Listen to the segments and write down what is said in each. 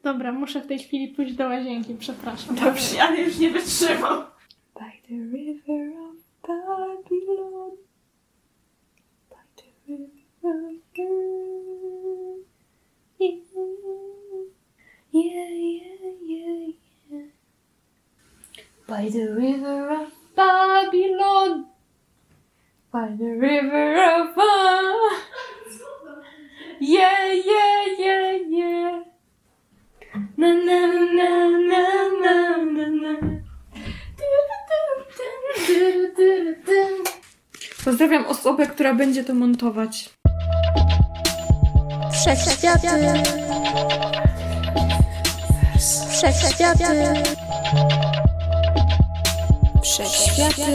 Dobra, muszę w tej chwili pójść do łazienki, przepraszam. Dobrze, ale już nie wytrzymam. By the river of Babylon. By the river of yeah, yeah, yeah, yeah. By the river of Babylon. By the river of yeah, yeah, yeah, yeah. Na na na na na na na. Pozdrawiam osobę, która będzie to montować. Wszechświaty. Wszechświaty. Wszechświaty.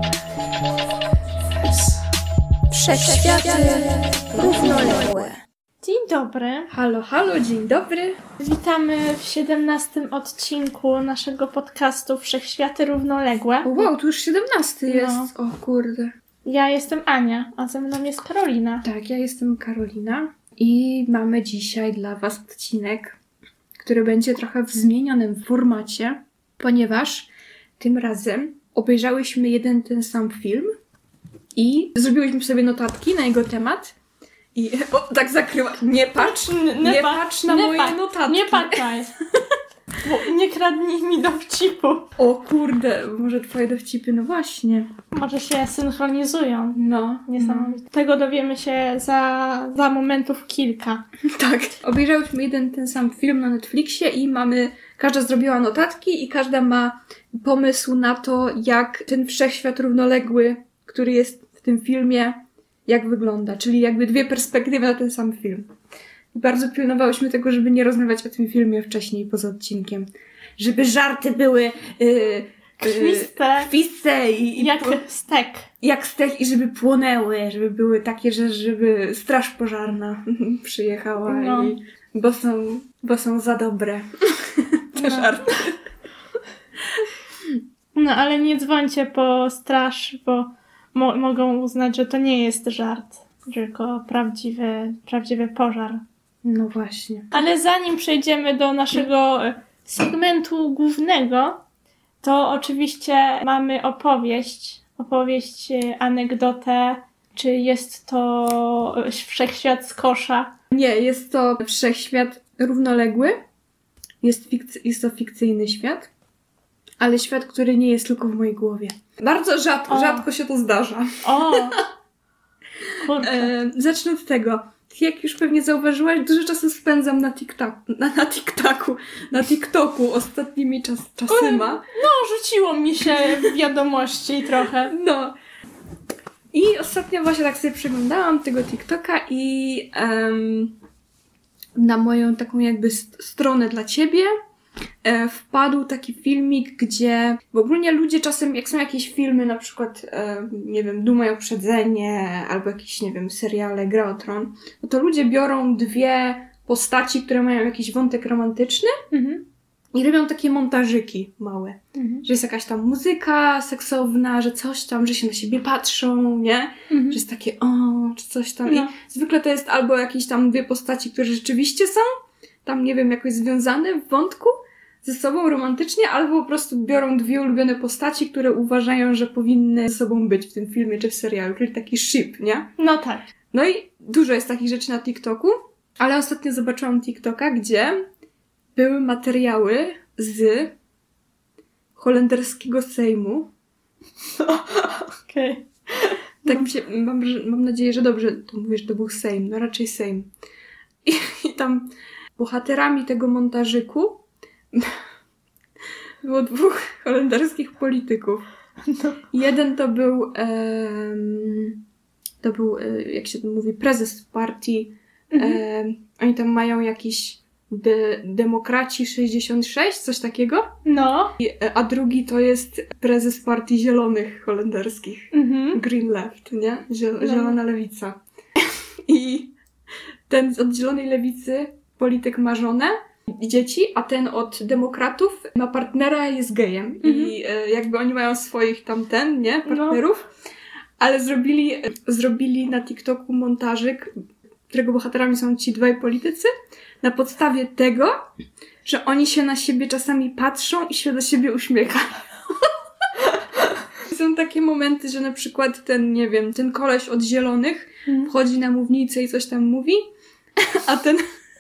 Wszechświaty równoległe. Dzień dobry. Halo, halo, dzień dobry. Witamy w 17 odcinku naszego podcastu Wszechświaty Równoległe. Wow, tu już 17 jest. O kurde. Ja jestem Ania, a ze mną jest Karolina. Tak, ja jestem Karolina i mamy dzisiaj dla Was odcinek, który będzie trochę w zmienionym formacie, ponieważ tym razem obejrzałyśmy jeden ten sam film i zrobiłyśmy sobie notatki na jego temat. I tak zakryła. Nie patrz na moje notatki. Nie patrzaj. Nie kradnij mi dowcipu. O kurde, może twoje dowcipy, no właśnie. Może się synchronizują. No. Niesamowite. Tego dowiemy się za momentów kilka. Tak. Obejrzałyśmy jeden ten sam film na Netflixie i każda zrobiła notatki i każda ma pomysł na to, jak ten wszechświat równoległy, który jest w tym filmie, jak wygląda. Czyli jakby dwie perspektywy na ten sam film. I bardzo pilnowałyśmy tego, żeby nie rozmawiać o tym filmie wcześniej, poza odcinkiem. Żeby żarty były krwiste i jak stek. Jak stek i żeby płonęły, żeby były takie, że żeby straż pożarna przyjechała no. bo są za dobre te żarty. No ale nie dzwońcie po straż, bo mogą uznać, że to nie jest żart, tylko prawdziwy pożar. No właśnie. Ale zanim przejdziemy do naszego segmentu głównego, to oczywiście mamy opowieść, anegdotę. Czy jest to wszechświat z kosza? Nie, jest to wszechświat równoległy. Jest to fikcyjny świat, ale świat, który nie jest tylko w mojej głowie. Bardzo rzadko się to zdarza. O! Kurczę. Zacznę od tego. Jak już pewnie zauważyłaś, dużo czasu spędzam na TikToku ostatnimi czasyma. No, rzuciło mi się w wiadomości trochę. No. I ostatnio właśnie tak sobie przeglądałam tego TikToka i na moją taką jakby stronę dla ciebie wpadł taki filmik, gdzie w ogóle ludzie czasem, jak są jakieś filmy, na przykład, nie wiem, Duma i Uprzedzenie, albo jakieś, nie wiem, seriale, Gra o Tron, no to ludzie biorą dwie postaci, które mają jakiś wątek romantyczny i robią takie montażyki małe. Że jest jakaś tam muzyka seksowna, że coś tam, że się na siebie patrzą, nie? Że jest takie czy coś tam. No. I zwykle to jest albo jakieś tam dwie postaci, które rzeczywiście są tam, nie wiem, jakoś związane w wątku ze sobą romantycznie, albo po prostu biorą dwie ulubione postaci, które uważają, że powinny ze sobą być w tym filmie czy w serialu, czyli taki ship, nie? No tak. No i dużo jest takich rzeczy na TikToku, ale ostatnio zobaczyłam TikToka, gdzie były materiały z holenderskiego Sejmu. Okej. Tak mam nadzieję, że dobrze to mówisz, że to był Sejm, no raczej Sejm. I tam bohaterami tego montażyku było dwóch holenderskich polityków. No. Jeden to był jak się to mówi, prezes partii. Oni tam mają jakiś Demokraci 66, coś takiego. No. A drugi to jest prezes partii zielonych holenderskich. Green Left, nie? Zielona lewica. I ten od zielonej lewicy polityk ma żonę i dzieci, a ten od demokratów ma partnera, jest gejem. I jakby oni mają swoich partnerów. No. Ale zrobili na TikToku montażyk, którego bohaterami są ci dwaj politycy. na podstawie tego, że oni się na siebie czasami patrzą i się do siebie uśmiechają. Są takie momenty, że na przykład ten koleś od zielonych wchodzi na mównicę i coś tam mówi, a ten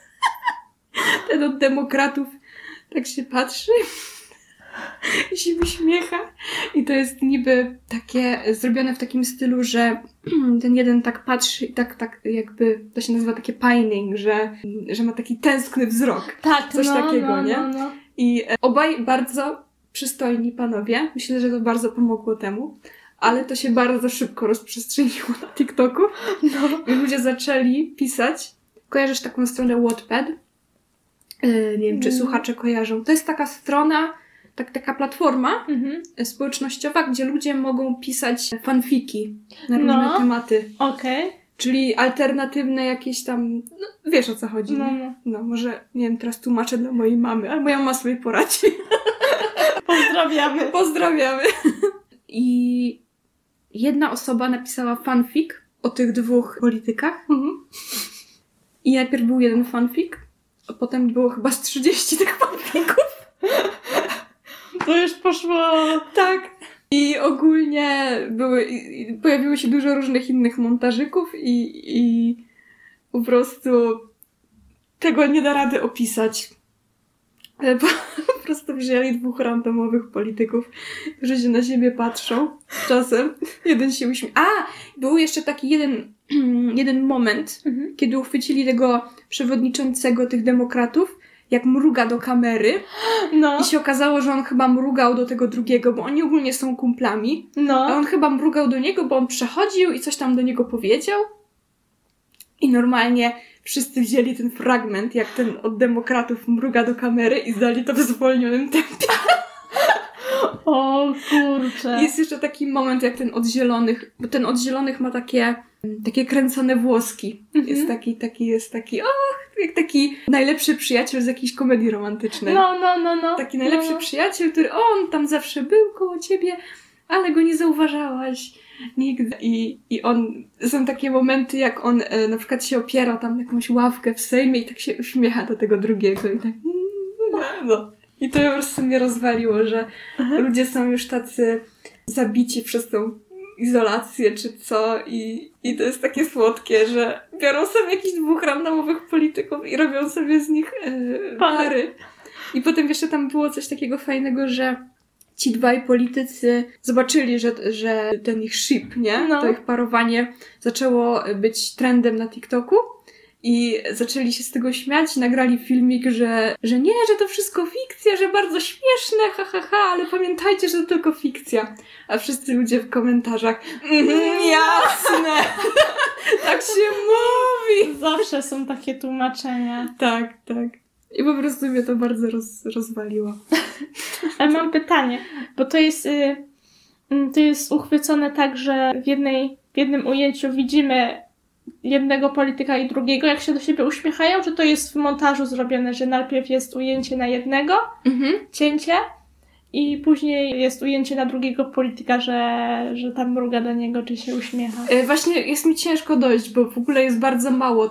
od demokratów tak się patrzy i się uśmiecha. I to jest niby takie zrobione w takim stylu, że ten jeden tak patrzy i tak jakby, to się nazywa takie pining, że ma taki tęskny wzrok. Tak, coś takiego, nie? No. I obaj bardzo przystojni panowie. Myślę, że to bardzo pomogło temu. Ale to się bardzo szybko rozprzestrzeniło na TikToku. I ludzie zaczęli pisać. Kojarzysz taką stronę Wattpad? Nie wiem, czy słuchacze kojarzą. To jest taka strona, taka platforma społecznościowa, gdzie ludzie mogą pisać fanfiki na różne tematy. Okej. Czyli alternatywne jakieś tam... wiesz, o co chodzi. No, może, nie wiem, teraz tłumaczę dla mojej mamy, ale moja mama sobie poradzi. Pozdrawiamy. I jedna osoba napisała fanfic o tych dwóch politykach. I najpierw był jeden fanfic, a potem było chyba z 30 tych fanfików. To już poszło... Tak. I ogólnie pojawiło się dużo różnych innych montażyków i po prostu tego nie da rady opisać. Po prostu wzięli dwóch randomowych polityków, którzy się na siebie patrzą czasem. Jeden się uśmiecha. Był jeszcze taki jeden moment, kiedy uchwycili tego przewodniczącego tych demokratów, jak mruga do kamery. I się okazało, że on chyba mrugał do tego drugiego, bo oni ogólnie są kumplami. A on chyba mrugał do niego, bo on przechodził i coś tam do niego powiedział. I normalnie wszyscy wzięli ten fragment, jak ten od demokratów mruga do kamery i zdali to w zwolnionym tempie. O kurczę. Jest jeszcze taki moment, jak ten od zielonych, bo ten od zielonych ma takie kręcone włoski. Jest taki, jak taki najlepszy przyjaciel z jakiejś komedii romantycznej. No. Taki najlepszy przyjaciel, który on tam zawsze był koło ciebie, ale go nie zauważałaś nigdy. I są takie momenty, jak on na przykład się opiera tam na jakąś ławkę w Sejmie i tak się uśmiecha do tego drugiego i tak I to po prostu mnie rozwaliło, że ludzie są już tacy zabici przez tą izolację czy co i to jest takie słodkie, że biorą sobie jakichś dwóch randomowych polityków i robią sobie z nich pary. I potem jeszcze tam było coś takiego fajnego, że ci dwaj politycy zobaczyli, że ten ich ship, nie? To ich parowanie zaczęło być trendem na TikToku i zaczęli się z tego śmiać i nagrali filmik, że nie, że to wszystko fikcja, że bardzo śmieszne, ale pamiętajcie, że to tylko fikcja. A wszyscy ludzie w komentarzach jasne! Tak się mówi! Zawsze są takie tłumaczenia. Tak. I po prostu mnie to bardzo rozwaliło. Ale mam pytanie, bo to jest uchwycone tak, że w jednym ujęciu widzimy jednego polityka i drugiego, jak się do siebie uśmiechają, że to jest w montażu zrobione, że najpierw jest ujęcie na jednego, cięcie, i później jest ujęcie na drugiego polityka, że tam mruga do niego, czy się uśmiecha. Właśnie jest mi ciężko dojść, bo w ogóle jest bardzo mało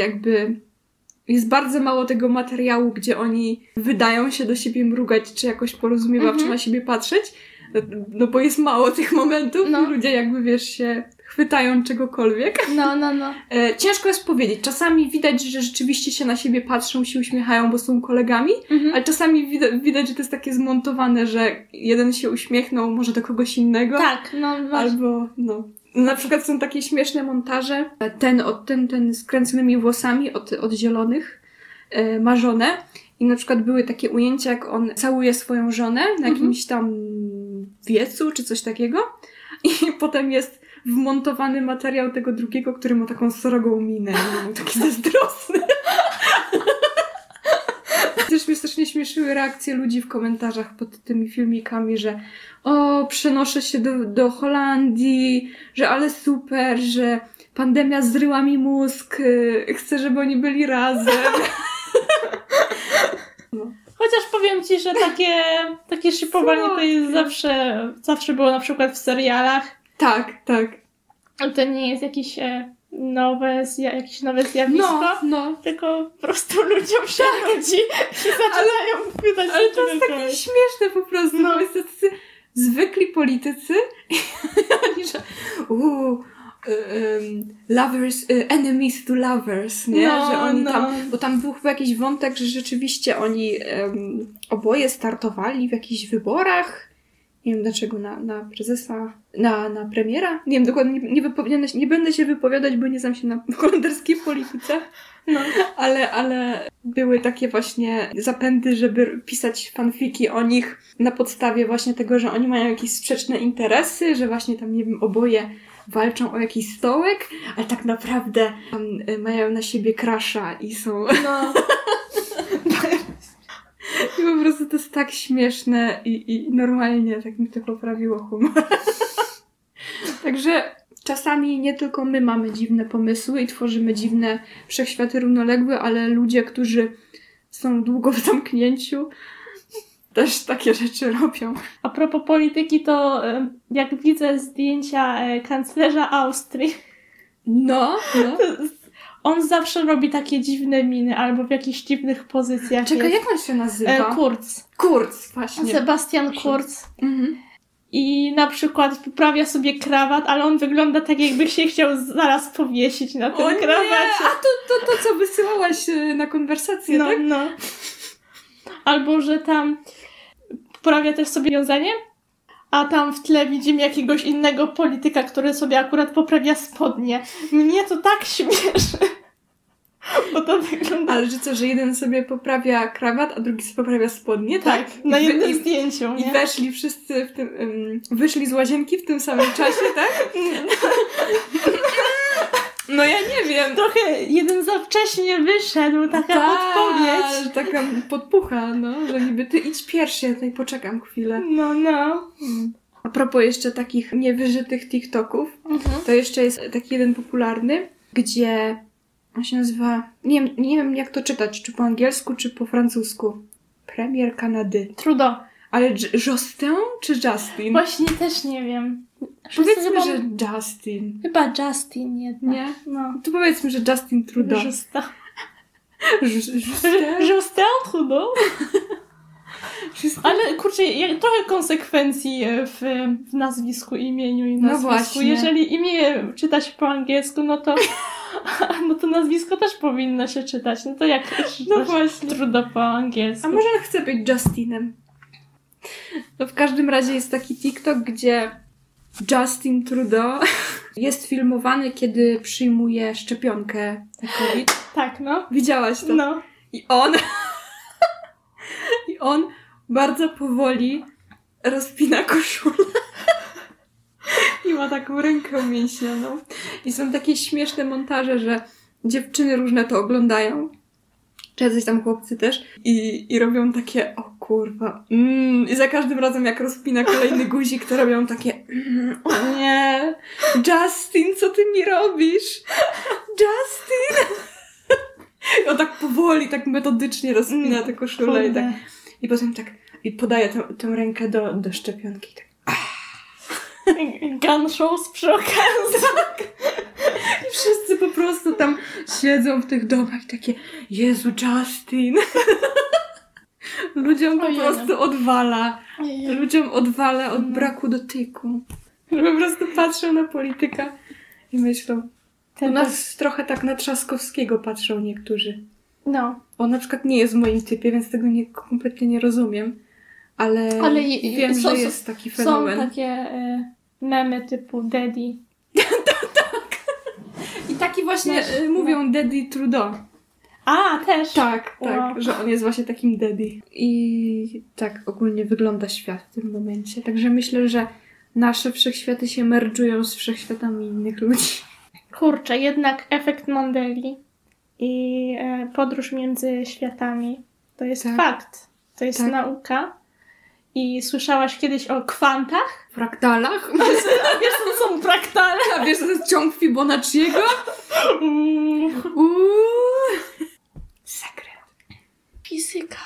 jest bardzo mało tego materiału, gdzie oni wydają się do siebie mrugać, czy jakoś porozumiewawczo na siebie patrzeć. No bo jest mało tych momentów i ludzie jakby, się chwytają czegokolwiek. No. Ciężko jest powiedzieć. Czasami widać, że rzeczywiście się na siebie patrzą, się uśmiechają, bo są kolegami, ale czasami widać, że to jest takie zmontowane, że jeden się uśmiechnął może do kogoś innego. Tak, albo, na przykład są takie śmieszne montaże. Ten z kręconymi włosami od zielonych ma żonę. I na przykład były takie ujęcia, jak on całuje swoją żonę na jakimś tam wiecu, czy coś takiego. I potem jest wmontowany materiał tego drugiego, który ma taką srogą minę. I był taki zazdrosny. Też mnie strasznie śmieszyły reakcje ludzi w komentarzach pod tymi filmikami, że przenoszę się do Holandii, że ale super, że pandemia zryła mi mózg, chcę, żeby oni byli razem. Chociaż powiem ci, że takie shipowanie to jest zawsze było na przykład w serialach. Tak. To nie jest jakiś jakieś nowe zjawisko, tylko po prostu ludziom się nudzi i zaczynają wydać. Ale to jest takie śmieszne po prostu, bo jest tacy zwykli politycy i oni, że lovers, enemies to lovers, nie? Że oni tam, bo tam był chyba jakiś wątek, że rzeczywiście oni oboje startowali w jakichś wyborach. Nie wiem dlaczego, na prezesa, na premiera. Nie wiem dokładnie, nie będę się wypowiadać, bo nie znam się na holenderskiej polityce. Ale były takie właśnie zapędy, żeby pisać fanfiki o nich na podstawie właśnie tego, że oni mają jakieś sprzeczne interesy, że właśnie tam, nie wiem, oboje walczą o jakiś stołek, ale tak naprawdę mają na siebie crusha i są... I po prostu to jest tak śmieszne i normalnie tak mi to poprawiło humor. Także czasami nie tylko my mamy dziwne pomysły i tworzymy dziwne wszechświaty równoległe, ale ludzie, którzy są długo w zamknięciu, też takie rzeczy robią. A propos polityki, to jak widzę zdjęcia kanclerza Austrii, on zawsze robi takie dziwne miny, albo w jakichś dziwnych pozycjach. Czekaj, jak on się nazywa? Kurz, właśnie. Sebastian Kurz. I na przykład poprawia sobie krawat, ale on wygląda tak, jakby się chciał zaraz powiesić na tym krawacie. A to co wysyłałaś na konwersację, tak? Albo, że tam poprawia też sobie wiązanie, a tam w tle widzimy jakiegoś innego polityka, który sobie akurat poprawia spodnie. Mnie to tak śmieszy. Bo to wygląda... Ale że co, że jeden sobie poprawia krawat, a drugi sobie poprawia spodnie, tak? Na jednym zdjęciu, nie? I weszli wszyscy w tym... wyszli z łazienki w tym samym czasie, tak? No ja nie wiem. Trochę jeden za wcześnie wyszedł, taka podpowiedź. Taka podpucha, że niby ty idź pierwszy, ja tutaj poczekam chwilę. A propos jeszcze takich niewyżytych TikToków, to jeszcze jest taki jeden popularny, gdzie on się nazywa, nie wiem jak to czytać, czy po angielsku, czy po francusku. Premier Kanady. Trudeau. Ale Justin czy Justin? Właśnie też nie wiem. Powiedzmy, że Justin. Chyba Justin jednak. Nie? To powiedzmy, że Justin Trudeau. Justin Trudeau? Ale kurczę, trochę konsekwencji w nazwisku, imieniu i nazwisku. Właśnie. Jeżeli imię czyta się po angielsku, no to nazwisko też powinno się czytać. No to jak właśnie. Trudeau po angielsku. A może on chce być Justinem? No w każdym razie jest taki TikTok, gdzie Justin Trudeau jest filmowany, kiedy przyjmuje szczepionkę na COVID. Tak, Widziałaś to? I on bardzo powoli rozpina koszulę. I ma taką rękę umięśnioną. I są takie śmieszne montaże, że dziewczyny różne to oglądają. Czy jacyś tam chłopcy też. I robią takie, o kurwa. I za każdym razem jak rozpina kolejny guzik, to robią takie o nie. Justin, co ty mi robisz? Justin! I on tak powoli, tak metodycznie rozpina tę koszulę i potem tak i podaje tę rękę do szczepionki. Tak. Gun shows przy okazji. I wszyscy po prostu tam siedzą w tych domach i takie Jezu, Justin. Ludziom po prostu odwala. Ludziom odwala od braku dotyku. Po prostu patrzą na polityka i myślą. U nas trochę tak na Trzaskowskiego patrzą niektórzy. On na przykład nie jest w moim typie, więc tego kompletnie nie rozumiem. Ale wiem, że jest taki fenomen. Są takie memy typu Daddy. Tak. I taki właśnie mówią Daddy Trudeau. A, też? Tak, że on jest właśnie takim daddy. I tak ogólnie wygląda świat w tym momencie. Także myślę, że nasze wszechświaty się merdżują z wszechświatami innych ludzi. Kurczę, jednak efekt Mandeli i podróż między światami to jest fakt. To jest nauka. I słyszałaś kiedyś o kwantach? Fraktalach? A wiesz, co są fraktale? A wiesz, co to jest ciąg Fibonacciego? Sekret. Fizyka.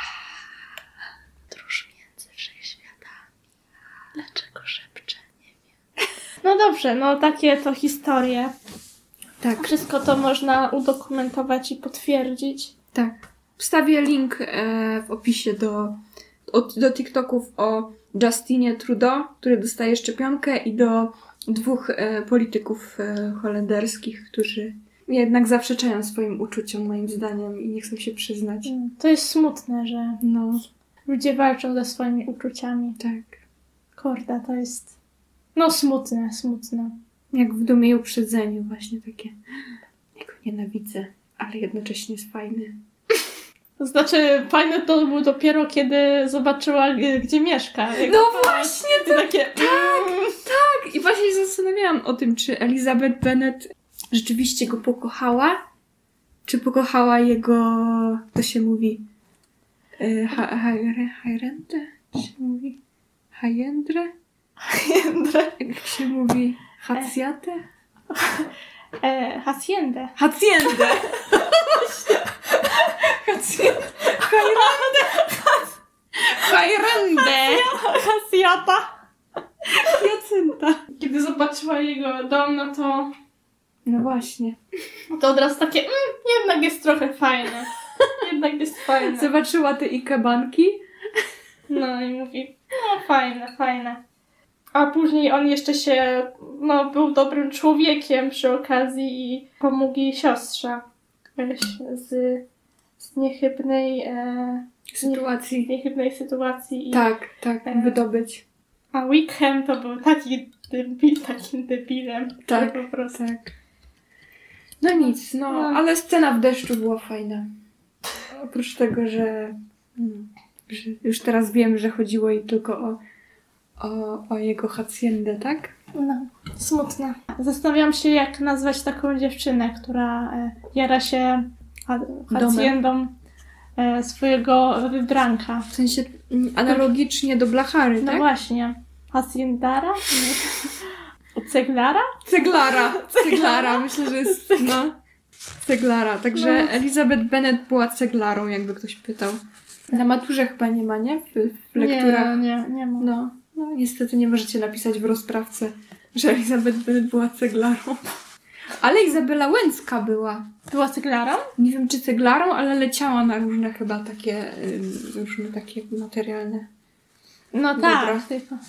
Podróż między wszechświatami. Dlaczego szepczę? Nie wiem. No dobrze, takie to historie Tak. Wszystko to można udokumentować i potwierdzić. Tak. Wstawię link w opisie do TikToków o Justinie Trudeau, który dostaje szczepionkę, i do 2 polityków holenderskich, którzy jednak zaprzeczają swoim uczuciom, moim zdaniem, i nie chcą się przyznać. To jest smutne, że No, ludzie walczą ze swoimi uczuciami. tak. Kurde, to jest... smutne. Jak w Dumie i Uprzedzeniu, właśnie takie. Ja go nienawidzę, ale jednocześnie jest fajny. To znaczy, fajne to było dopiero, kiedy zobaczyła, gdzie mieszka. No właśnie, to takie... Tak, i właśnie się zastanawiałam o tym, czy Elizabeth Bennet rzeczywiście go pokochała, czy pokochała jego, to się mówi, Hajrendrę? Czy się mówi Hajendrę? Jak się mówi Hacjatę? Haciendę. Hacjendę! Hajrendę! Hacjata. Jacynta. Kiedy zobaczyła jego dom, No właśnie. to od razu takie, jednak jest trochę fajne. Jednak jest fajne. Zobaczyła te ikebanki. No i mówi, fajne. A później on jeszcze był dobrym człowiekiem przy okazji i pomógł jej siostrze z niechybnej sytuacji. Tak, wydobyć. A Wickham to był takim debilem. Tak, po prostu. tak. No nic, ale scena w deszczu była fajna. Oprócz tego, że już teraz wiem, że chodziło jej tylko o jego hacjendę, tak? No, smutne. Zastanawiam się, jak nazwać taką dziewczynę, która jara się hacjendą swojego wybranka. W sensie analogicznie do blachary, No tak? właśnie. Hacjendara? Ceglara? Ceglara, myślę, że jest, ceglara. Także Elizabeth Bennet była ceglarą, jakby ktoś pytał. Na maturze chyba nie ma, nie? W lekturach. Nie ma. No, niestety nie możecie napisać w rozprawce, że Elizabeth Bennet była ceglarą. Ale Izabela Łęcka była. Była ceglarą? Nie wiem, czy ceglarą, ale leciała na różne chyba różne takie materialne. No dobra. Tak.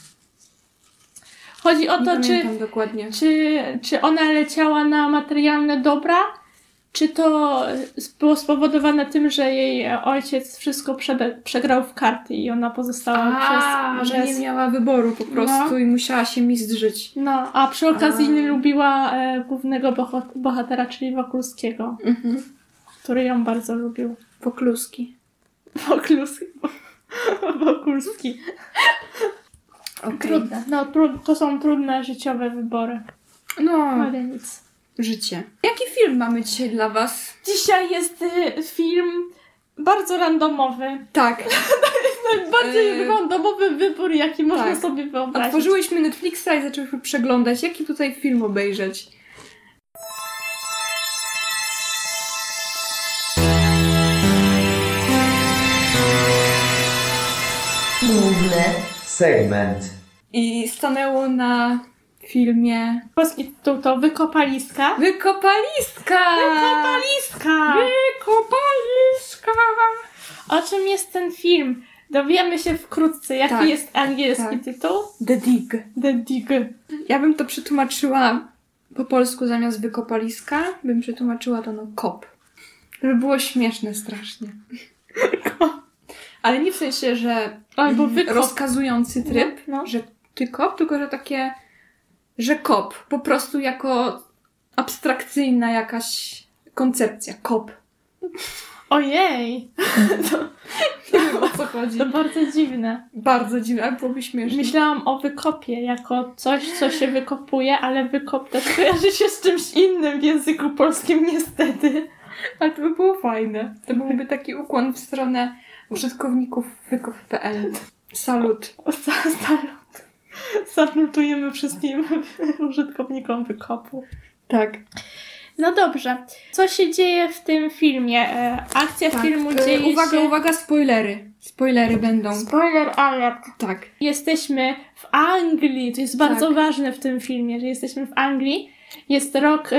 Chodzi o to, dokładnie. Czy ona leciała na materialne dobra, czy to było spowodowane tym, że jej ojciec wszystko przegrał w karty i ona pozostała że nie miała wyboru po prostu i musiała się mistrzyć. No, a przy okazji nie lubiła głównego bohatera, czyli Wokulskiego, który ją bardzo lubił. Wokulski. Wokulski. Okay. Trudne. To są trudne życiowe wybory. Ale nic. Życie. Jaki film mamy dzisiaj dla was? Dzisiaj jest film bardzo randomowy. Tak. Najbardziej randomowy wybór, jaki można sobie wyobrazić. Otworzyłyśmy Netflixa i zaczęłyśmy przeglądać, jaki tutaj film obejrzeć. Główny segment. I stanęło na filmie... Polski tytuł to Wykopaliska. Wykopaliska! O czym jest ten film? Dowiemy się wkrótce, jaki jest angielski tytuł. The Dig. Ja bym to przetłumaczyła po polsku zamiast wykopaliska, bym przetłumaczyła to kop. Żeby było śmieszne strasznie. Ale nie w sensie, że rozkazujący tryb, że ty kop, tylko że takie, że kop. Po prostu jako abstrakcyjna jakaś koncepcja. Kop. Ojej! Nie wiem, o co chodzi. To bardzo dziwne. Bardzo dziwne, ale byłoby śmieszne. Myślałam o wykopie jako coś, co się wykopuje, ale wykop też kojarzy się z czymś innym w języku polskim niestety. Ale to by było fajne. To byłby taki ukłon w stronę użytkowników wykop.pl. Salut. Salutujemy wszystkim użytkownikom wykopu. Tak. No dobrze. Co się dzieje w tym filmie? Akcja filmu dzieje się... Uwaga, spoilery. Spoilery będą. Spoiler alert. Tak. Jesteśmy w Anglii. To jest bardzo ważne w tym filmie, że jesteśmy w Anglii. Jest rok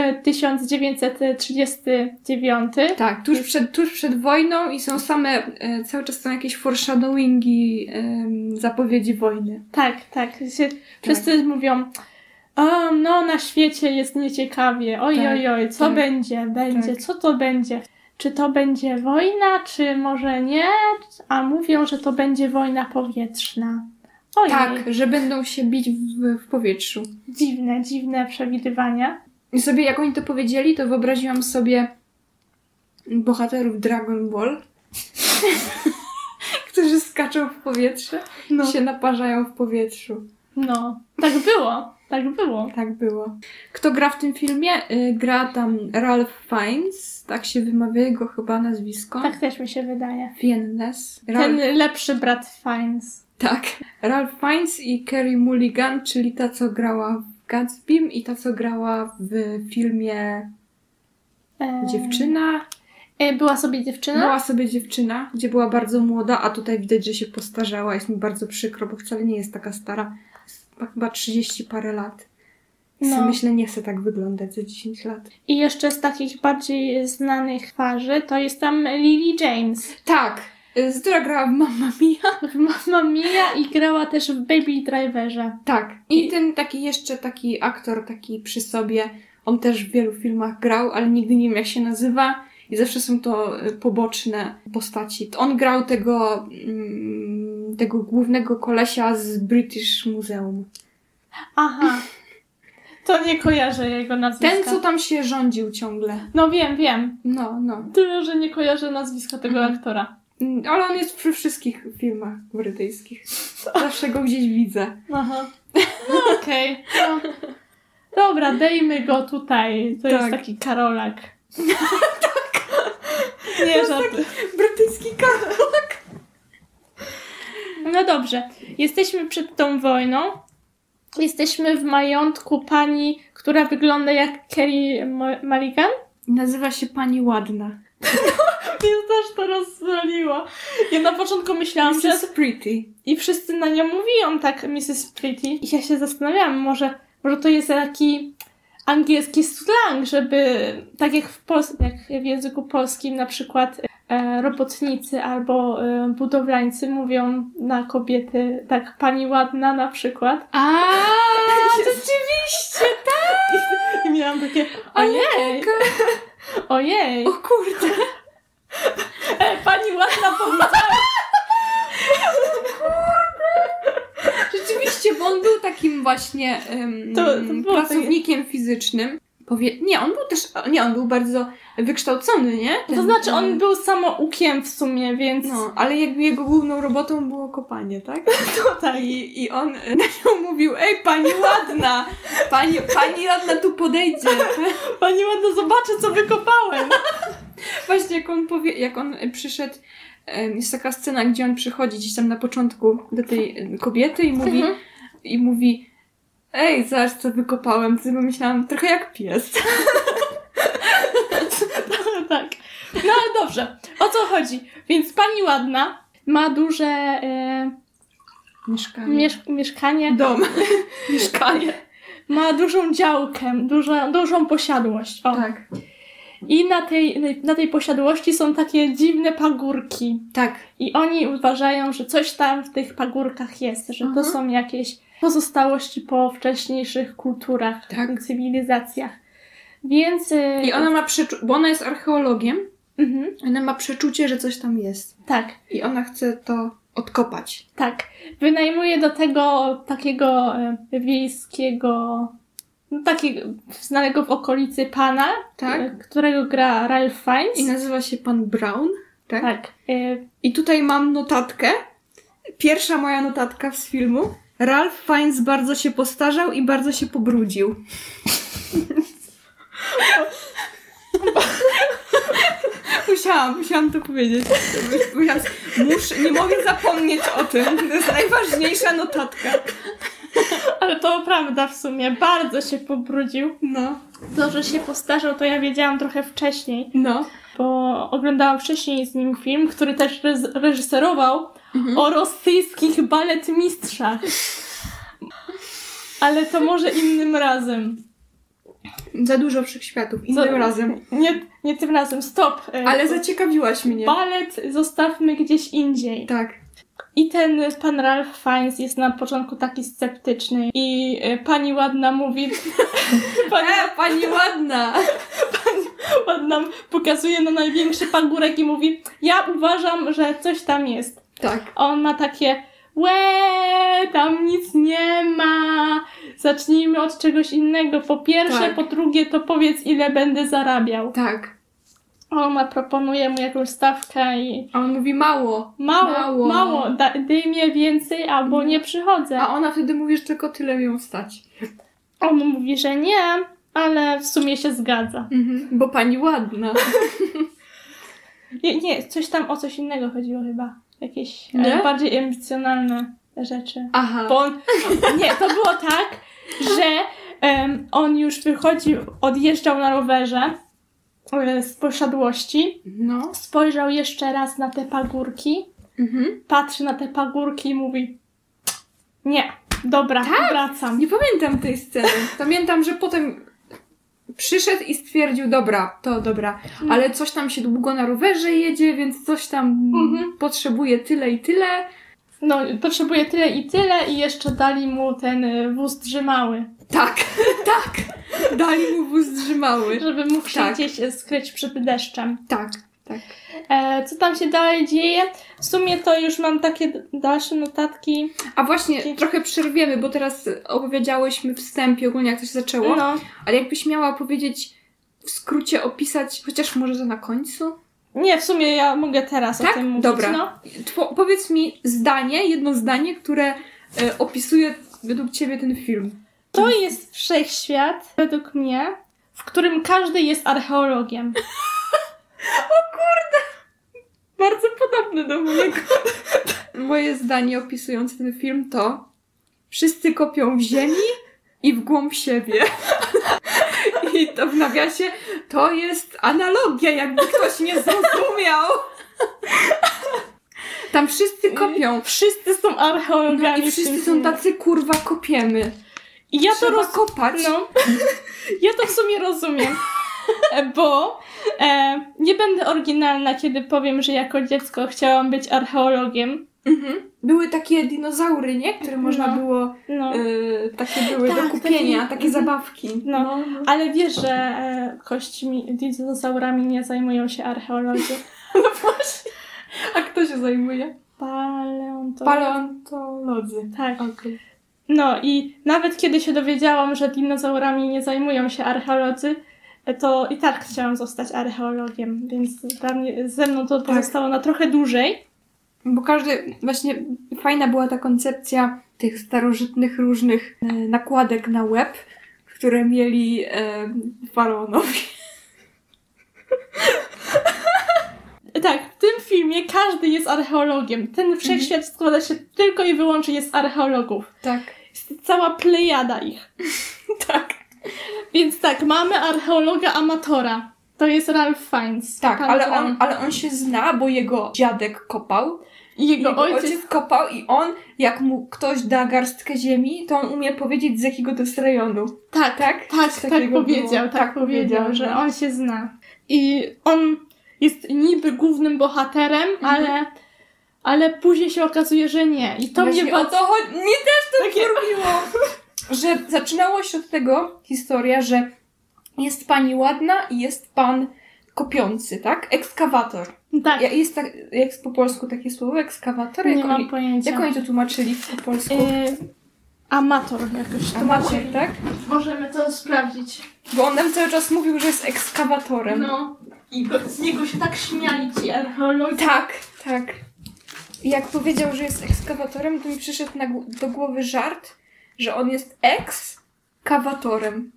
1939. Tak, tuż przed wojną i są cały czas są jakieś foreshadowingi, zapowiedzi wojny. Tak. Wszyscy mówią, o, no na świecie jest nieciekawie, oj, co będzie, co to będzie? Czy to będzie wojna, czy może nie? A mówią, że to będzie wojna powietrzna. Ojej. Tak, że będą się bić w powietrzu. Dziwne przewidywania. I sobie, jak oni to powiedzieli, to wyobraziłam sobie bohaterów Dragon Ball, którzy skaczą w powietrze i się naparzają w powietrzu. No, tak było. Tak było. Kto gra w tym filmie? Gra tam Ralph Fiennes, tak się wymawia jego chyba nazwisko. Tak też mi się wydaje. Fiennes. Ten lepszy brat Fiennes. Tak. Ralph Fiennes i Carey Mulligan, czyli ta, co grała w Gatsbym i ta, co grała w filmie Dziewczyna. Była sobie dziewczyna, gdzie była bardzo młoda, a tutaj widać, że się postarzała. Jest mi bardzo przykro, bo wcale nie jest taka stara. Chyba 30 parę lat. No. Myślę, nie chcę tak wyglądać za 10 lat. I jeszcze z takich bardziej znanych twarzy to jest tam Lily James. Tak, która grała w Mamma Mia. W Mamma Mia i grała też w Baby Driverze. Tak. I ten taki aktor, taki przy sobie, on też w wielu filmach grał, ale nigdy nie wiem, jak się nazywa. I zawsze są to poboczne postaci. On grał tego głównego kolesia z British Museum. Aha. To nie kojarzę jego nazwiska. Ten, co tam się rządził ciągle. No wiem. No. Tyle, że nie kojarzę nazwiska tego aktora. Ale on jest przy wszystkich filmach brytyjskich. Zawsze go gdzieś widzę. Aha. No okej. No. Dobra, dejmy go tutaj. To jest taki Karolak. Nie, żarty. Brytyjski Karolak. No dobrze. Jesteśmy przed tą wojną. Jesteśmy w majątku pani, która wygląda jak Carey Mulligan. Nazywa się Pani Ładna. Mnie też to rozwaliło. Ja na początku myślałam, że... Mrs. Pretty. I wszyscy na nią mówią tak, Mrs. Pretty. I ja się zastanawiałam, może to jest taki angielski slang, żeby tak jak jak w języku polskim na przykład robotnicy albo budowlańcy mówią na kobiety tak Pani Ładna na przykład. A, rzeczywiście, tak! I miałam takie ojej. O kurde. Pani Ładna powiedziała. Rzeczywiście, bo on był takim właśnie pracownikiem fizycznym. On był bardzo wykształcony, nie? To znaczy, on był samoukiem w sumie, więc... No, ale jakby jego główną robotą było kopanie, tak? No tak. I on na nią mówił, ej, Pani Ładna! Pani Ładna tu podejdzie. Pani Ładna zobaczy, co wykopałem. Właśnie jak on przyszedł, jest taka scena, gdzie on przychodzi gdzieś tam na początku do tej kobiety i mówi ej, zobacz, co wykopałem. To sobie myślałam, trochę jak pies. Tak. No ale dobrze. O co chodzi? Więc Pani Ładna ma duże mieszkanie. Dom. Mieszkanie. Ma dużą działkę, dużą posiadłość. O. Tak. I na tej posiadłości są takie dziwne pagórki. Tak. I oni uważają, że coś tam w tych pagórkach jest, że to są jakieś pozostałości po wcześniejszych kulturach, cywilizacjach. Więc... I ona ma bo ona jest archeologiem. Ona ma przeczucie, że coś tam jest. Tak. I ona chce to odkopać. Tak. Wynajmuje do tego takiego wiejskiego... takiego znanego w okolicy pana, którego gra Ralph Fiennes. I nazywa się pan Brown. Tak. Tak. I tutaj mam notatkę. Pierwsza moja notatka z filmu. Ralph Fiennes bardzo się postarzał i bardzo się pobrudził. Musiałam to powiedzieć. Nie mogę zapomnieć o tym. To jest najważniejsza notatka. Ale to prawda w sumie. Bardzo się pobrudził. No. To, że się postarzał, to ja wiedziałam trochę wcześniej. No. Bo oglądałam wcześniej z nim film, który też reżyserował o rosyjskich baletmistrzach. Ale to może innym razem. Za dużo wszechświatów. Innym razem. Nie tym razem, stop. Ale zaciekawiłaś mnie. Balet zostawmy gdzieś indziej. Tak. I ten pan Ralph Fiennes jest na początku taki sceptyczny i pani ładna mówi... Pani ładna! Pani ładna pokazuje na największy pagórek i mówi: ja uważam, że coś tam jest. Tak. A on ma takie: tam nic nie ma. Zacznijmy od czegoś innego. Po pierwsze, Tak. po drugie, to powiedz, ile będę zarabiał. Tak. A ona proponuje mu jakąś stawkę i... A on mówi mało. Mało. Daj mi więcej, albo nie przychodzę. A ona wtedy mówi, że tylko tyle ją stać. On mówi, że nie, ale w sumie się zgadza. Bo pani ładna. Nie, o coś innego chodziło chyba. Jakieś Nie? bardziej emocjonalne rzeczy. Aha. Bo nie, to było tak, że on już odjeżdżał na rowerze z posiadłości, No. spojrzał jeszcze raz na te pagórki, patrzy na te pagórki i mówi: nie, dobra, wracam. Nie pamiętam tej sceny. Pamiętam, że potem przyszedł i stwierdził, dobra, ale coś tam się długo na rowerze jedzie, więc coś tam potrzebuje tyle i tyle. No, potrzebuje tyle i tyle i jeszcze dali mu ten wóz drzymały. Tak. Dali mu wóz drzymały. Żeby mógł się gdzieś skryć przed deszczem. Tak. Co tam się dalej dzieje? W sumie to już mam takie dalsze notatki. A właśnie, trochę przerwiemy, bo teraz opowiedziałyśmy wstępie ogólnie, jak to się zaczęło. No. Ale jakbyś miała powiedzieć, w skrócie opisać, chociaż może to na końcu? Nie, w sumie ja mogę teraz o tym mówić. Dobra. No. Powiedz mi jedno zdanie, które opisuje według ciebie ten film. To jest wszechświat, według mnie, w którym każdy jest archeologiem. O kurde! Bardzo podobne do mojego. Moje zdanie opisujące ten film to: wszyscy kopią w ziemi i w głąb siebie. I to w nawiasie to jest analogia, jakby ktoś nie zrozumiał. Tam wszyscy kopią. Wszyscy są archeologami. I wszyscy są tacy, kurwa, kopiemy. I ja Trzeba to kopać. No. Ja to w sumie rozumiem. Bo nie będę oryginalna, kiedy powiem, że jako dziecko chciałam być archeologiem. Były takie dinozaury, nie? Które można było... takie były do kupienia, takie zabawki. No. Ale wiesz, że kośćmi dinozaurami nie zajmują się archeolodzy. No właśnie. A kto się zajmuje? Paleontolodzy. Tak. Okay. No i nawet kiedy się dowiedziałam, że dinozaurami nie zajmują się archeolodzy, to i tak chciałam zostać archeologiem, więc dla mnie, ze mną to pozostało na trochę dłużej. Bo właśnie fajna była ta koncepcja tych starożytnych różnych nakładek na łeb, które mieli faraonowie. Tak, w tym filmie każdy jest archeologiem. Ten wszechświat składa się tylko i wyłącznie z archeologów. Tak. Jest cała plejada ich. Tak. Więc tak, mamy archeologa amatora. To jest Ralph Fiennes. Tak, ale on się zna, bo jego dziadek kopał. I jego ojciec kopał i on, jak mu ktoś da garstkę ziemi, to on umie powiedzieć, z jakiego to jest rejonu. Tak powiedział, że on się zna. I on jest niby głównym bohaterem, ale później się okazuje, że nie. I to mnie o to chodzi. Mnie też to wkurwiło. Że zaczynało się od tego historia, że jest pani ładna i jest pan kopiący, tak? Ekskawator. Tak. Jest po polsku takie słowo, ekskawator? Nie mam pojęcia. Jak oni to tłumaczyli po polsku? Amator jakoś. Amator, tak? Możemy to sprawdzić. Bo on nam cały czas mówił, że jest ekskawatorem. No. I z niego się tak śmiali ci archeolodzy. Tak. I jak powiedział, że jest ekskawatorem, to mi przyszedł do głowy żart, że on jest ekskawatorem.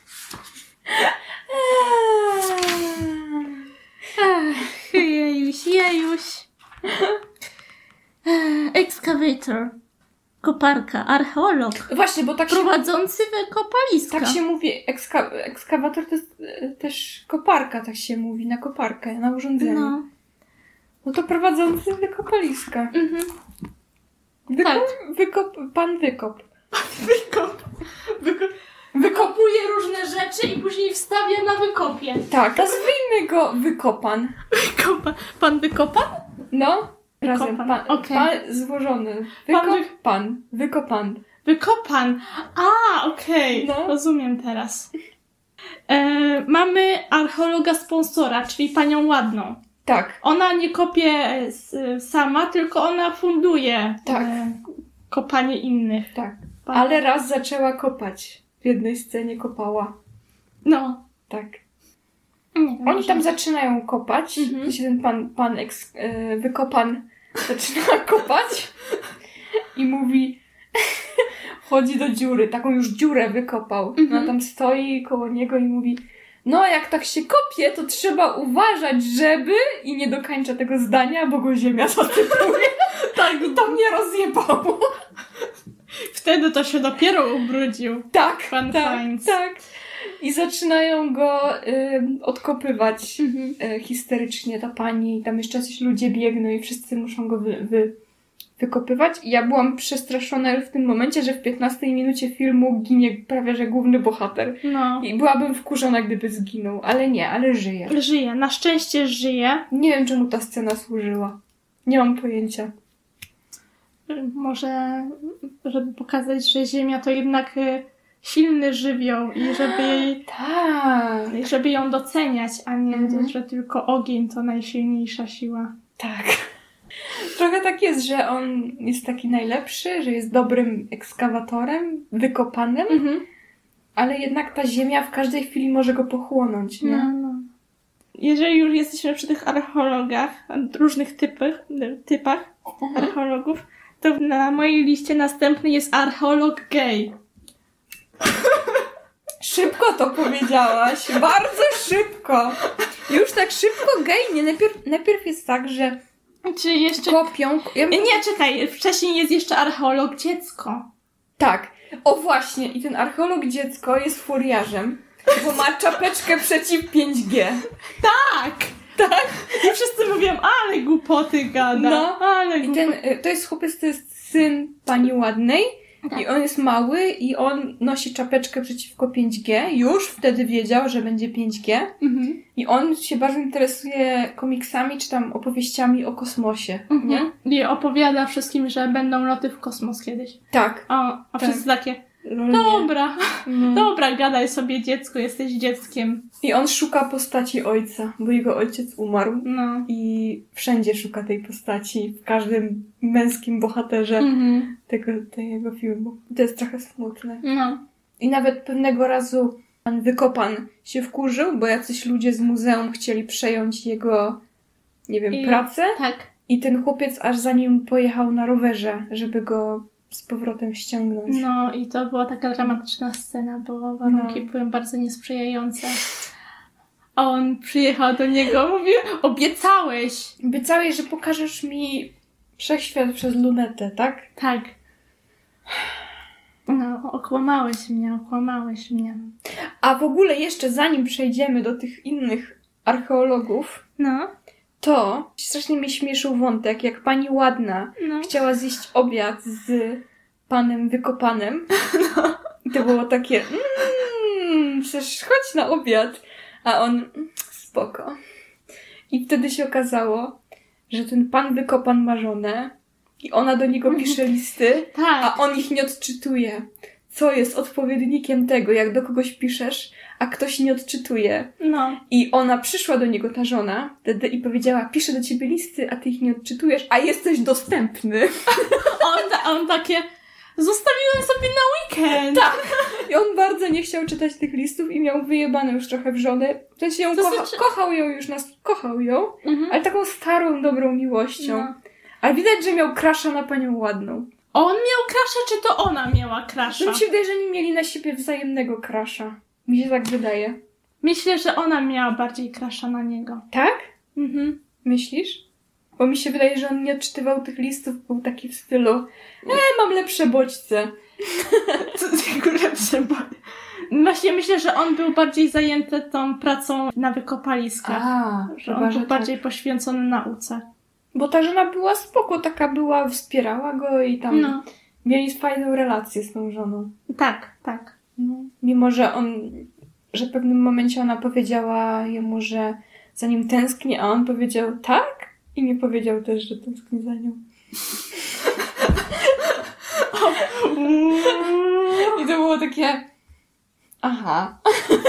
Jejuś. Excavator. Koparka. Archeolog. Właśnie, bo tak prowadzący wykopaliska. Tak się mówi. Ekskawator to jest też koparka, tak się mówi. Na koparkę, na urządzenie. No to prowadzący wykopaliska. Tak. Pan wykop. wykopuje różne rzeczy i później wstawia na wykopie. Tak, nazwijmy go Wykopan. Pan Wykopan? No, razem. Wykopan, okej. Pan złożony. Wykopan. Wykopan. Wykopan. Okej. No. Rozumiem teraz. Mamy archeologa sponsora, czyli panią Ładną. Tak. Ona nie kopie sama, tylko ona funduje Tak. kopanie innych. Tak. Ale raz zaczęła kopać. W jednej scenie kopała. No. Tak. Nie wiem, Oni może- tam zaczynają kopać. Mhm. Się ten Wykopan zaczyna kopać i mówi, wchodzi do dziury, taką już dziurę wykopał. Ona tam stoi koło niego i mówi, no jak tak się kopie, to trzeba uważać, żeby... I nie dokończa tego zdania, bo go ziemia zasypuje. Tak, i to mnie rozjebało. Wtedy to się dopiero ubrudził. Tak, Pan tak, Fiennes. tak. I zaczynają go odkopywać histerycznie, ta pani. Tam jeszcze jacyś ludzie biegną i wszyscy muszą go wykopywać. I ja byłam przestraszona w tym momencie, że w 15 minucie filmu ginie prawie że główny bohater. No. I byłabym wkurzona, gdyby zginął. Ale nie, ale żyje. Żyje. Na szczęście żyje. Nie wiem, czemu ta scena służyła. Nie mam pojęcia. Może, żeby pokazać, że Ziemia to jednak silny żywioł i Tak. żeby ją doceniać, a nie, że tylko ogień to najsilniejsza siła. Tak. Trochę tak jest, że on jest taki najlepszy, że jest dobrym ekskawatorem, wykopanym, ale jednak ta ziemia w każdej chwili może go pochłonąć, nie? No. Jeżeli już jesteśmy przy tych archeologach, różnych typach archeologów, to na mojej liście następny jest archeolog gay. Szybko to powiedziałaś, bardzo szybko. Już tak szybko gej, nie? Najpierw jest tak, że Czy jeszcze... kopią... Nie, czekaj, wcześniej jest jeszcze archeolog dziecko. Tak. O właśnie, i ten archeolog dziecko jest furiarzem, bo ma czapeczkę przeciw 5G. Tak! I wszyscy mówią, ale głupoty gada. No. Ale I głupoty. to jest chłopiec, to jest syn pani Ładnej i on jest mały i on nosi czapeczkę przeciwko 5G. Już wtedy wiedział, że będzie 5G i on się bardzo interesuje komiksami czy tam opowieściami o kosmosie, nie? I opowiada wszystkim, że będą loty w kosmos kiedyś. Tak. A wszyscy takie, dobra, dobra, gadaj sobie dziecko, jesteś dzieckiem. I on szuka postaci ojca, bo jego ojciec umarł. No. I wszędzie szuka tej postaci, w każdym męskim bohaterze tego filmu. To jest trochę smutne. No. I nawet pewnego razu pan Wykopan się wkurzył, bo jacyś ludzie z muzeum chcieli przejąć jego, nie wiem, pracę. Tak. I ten chłopiec aż za nim pojechał na rowerze, żeby go z powrotem ściągnąć. No i to była taka dramatyczna scena, bo warunki były bardzo niesprzyjające. A on przyjechał do niego, mówi, obiecałeś. Obiecałeś, że pokażesz mi wszechświat przez lunetę, tak? Tak. No, okłamałeś mnie. A w ogóle jeszcze zanim przejdziemy do tych innych archeologów, No. to strasznie mnie śmieszył wątek, jak pani Ładna chciała zjeść obiad z panem Wykopanem. I to było takie, przecież chodź na obiad. A on, spoko. I wtedy się okazało, że ten pan Wykopan ma żonę i ona do niego pisze listy, Tak. a on ich nie odczytuje. Co jest odpowiednikiem tego, jak do kogoś piszesz, a ktoś nie odczytuje. No. I ona przyszła do niego, ta żona, wtedy i powiedziała, piszę do ciebie listy, a ty ich nie odczytujesz, a jesteś dostępny. A on takie, zostawiłem sobie na weekend. Tak. I on bardzo nie chciał czytać tych listów i miał wyjebane już trochę w żonę. W sensie ją kochał ją już, kochał ją, ale taką starą, dobrą miłością. No. Ale widać, że miał crusha na panią Ładną. On miał crusha, czy to ona miała crusha? Mi się wydaje, że nie mieli na siebie wzajemnego crusha. Mi się tak wydaje. Myślę, że ona miała bardziej crusha na niego. Tak? Myślisz? Bo mi się wydaje, że on nie odczytywał tych listów, był taki w stylu mam lepsze bodźce. Lepsze bodźce. Właśnie myślę, że on był bardziej zajęty tą pracą na wykopaliskach. Że on był bardziej poświęcony nauce. Bo ta żona była spoko, taka była, wspierała go i tam mieli fajną relację z tą żoną. Tak, tak. No. Mimo, że w pewnym momencie ona powiedziała jemu, że za nim tęskni, a on powiedział tak i nie powiedział też, że tęskni za nią. I to było takie aha.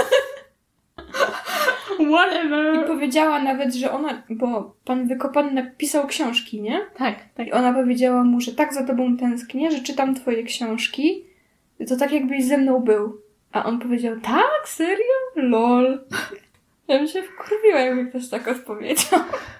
Whatever. I powiedziała nawet, że ona, bo pan Wykopany napisał książki, nie? Tak. I ona powiedziała mu, że tak za tobą tęsknię, że czytam twoje książki, to tak jakbyś ze mną był. A on powiedział, tak? Serio? Lol. Ja bym się wkurwiła, jakby ktoś tak odpowiedział.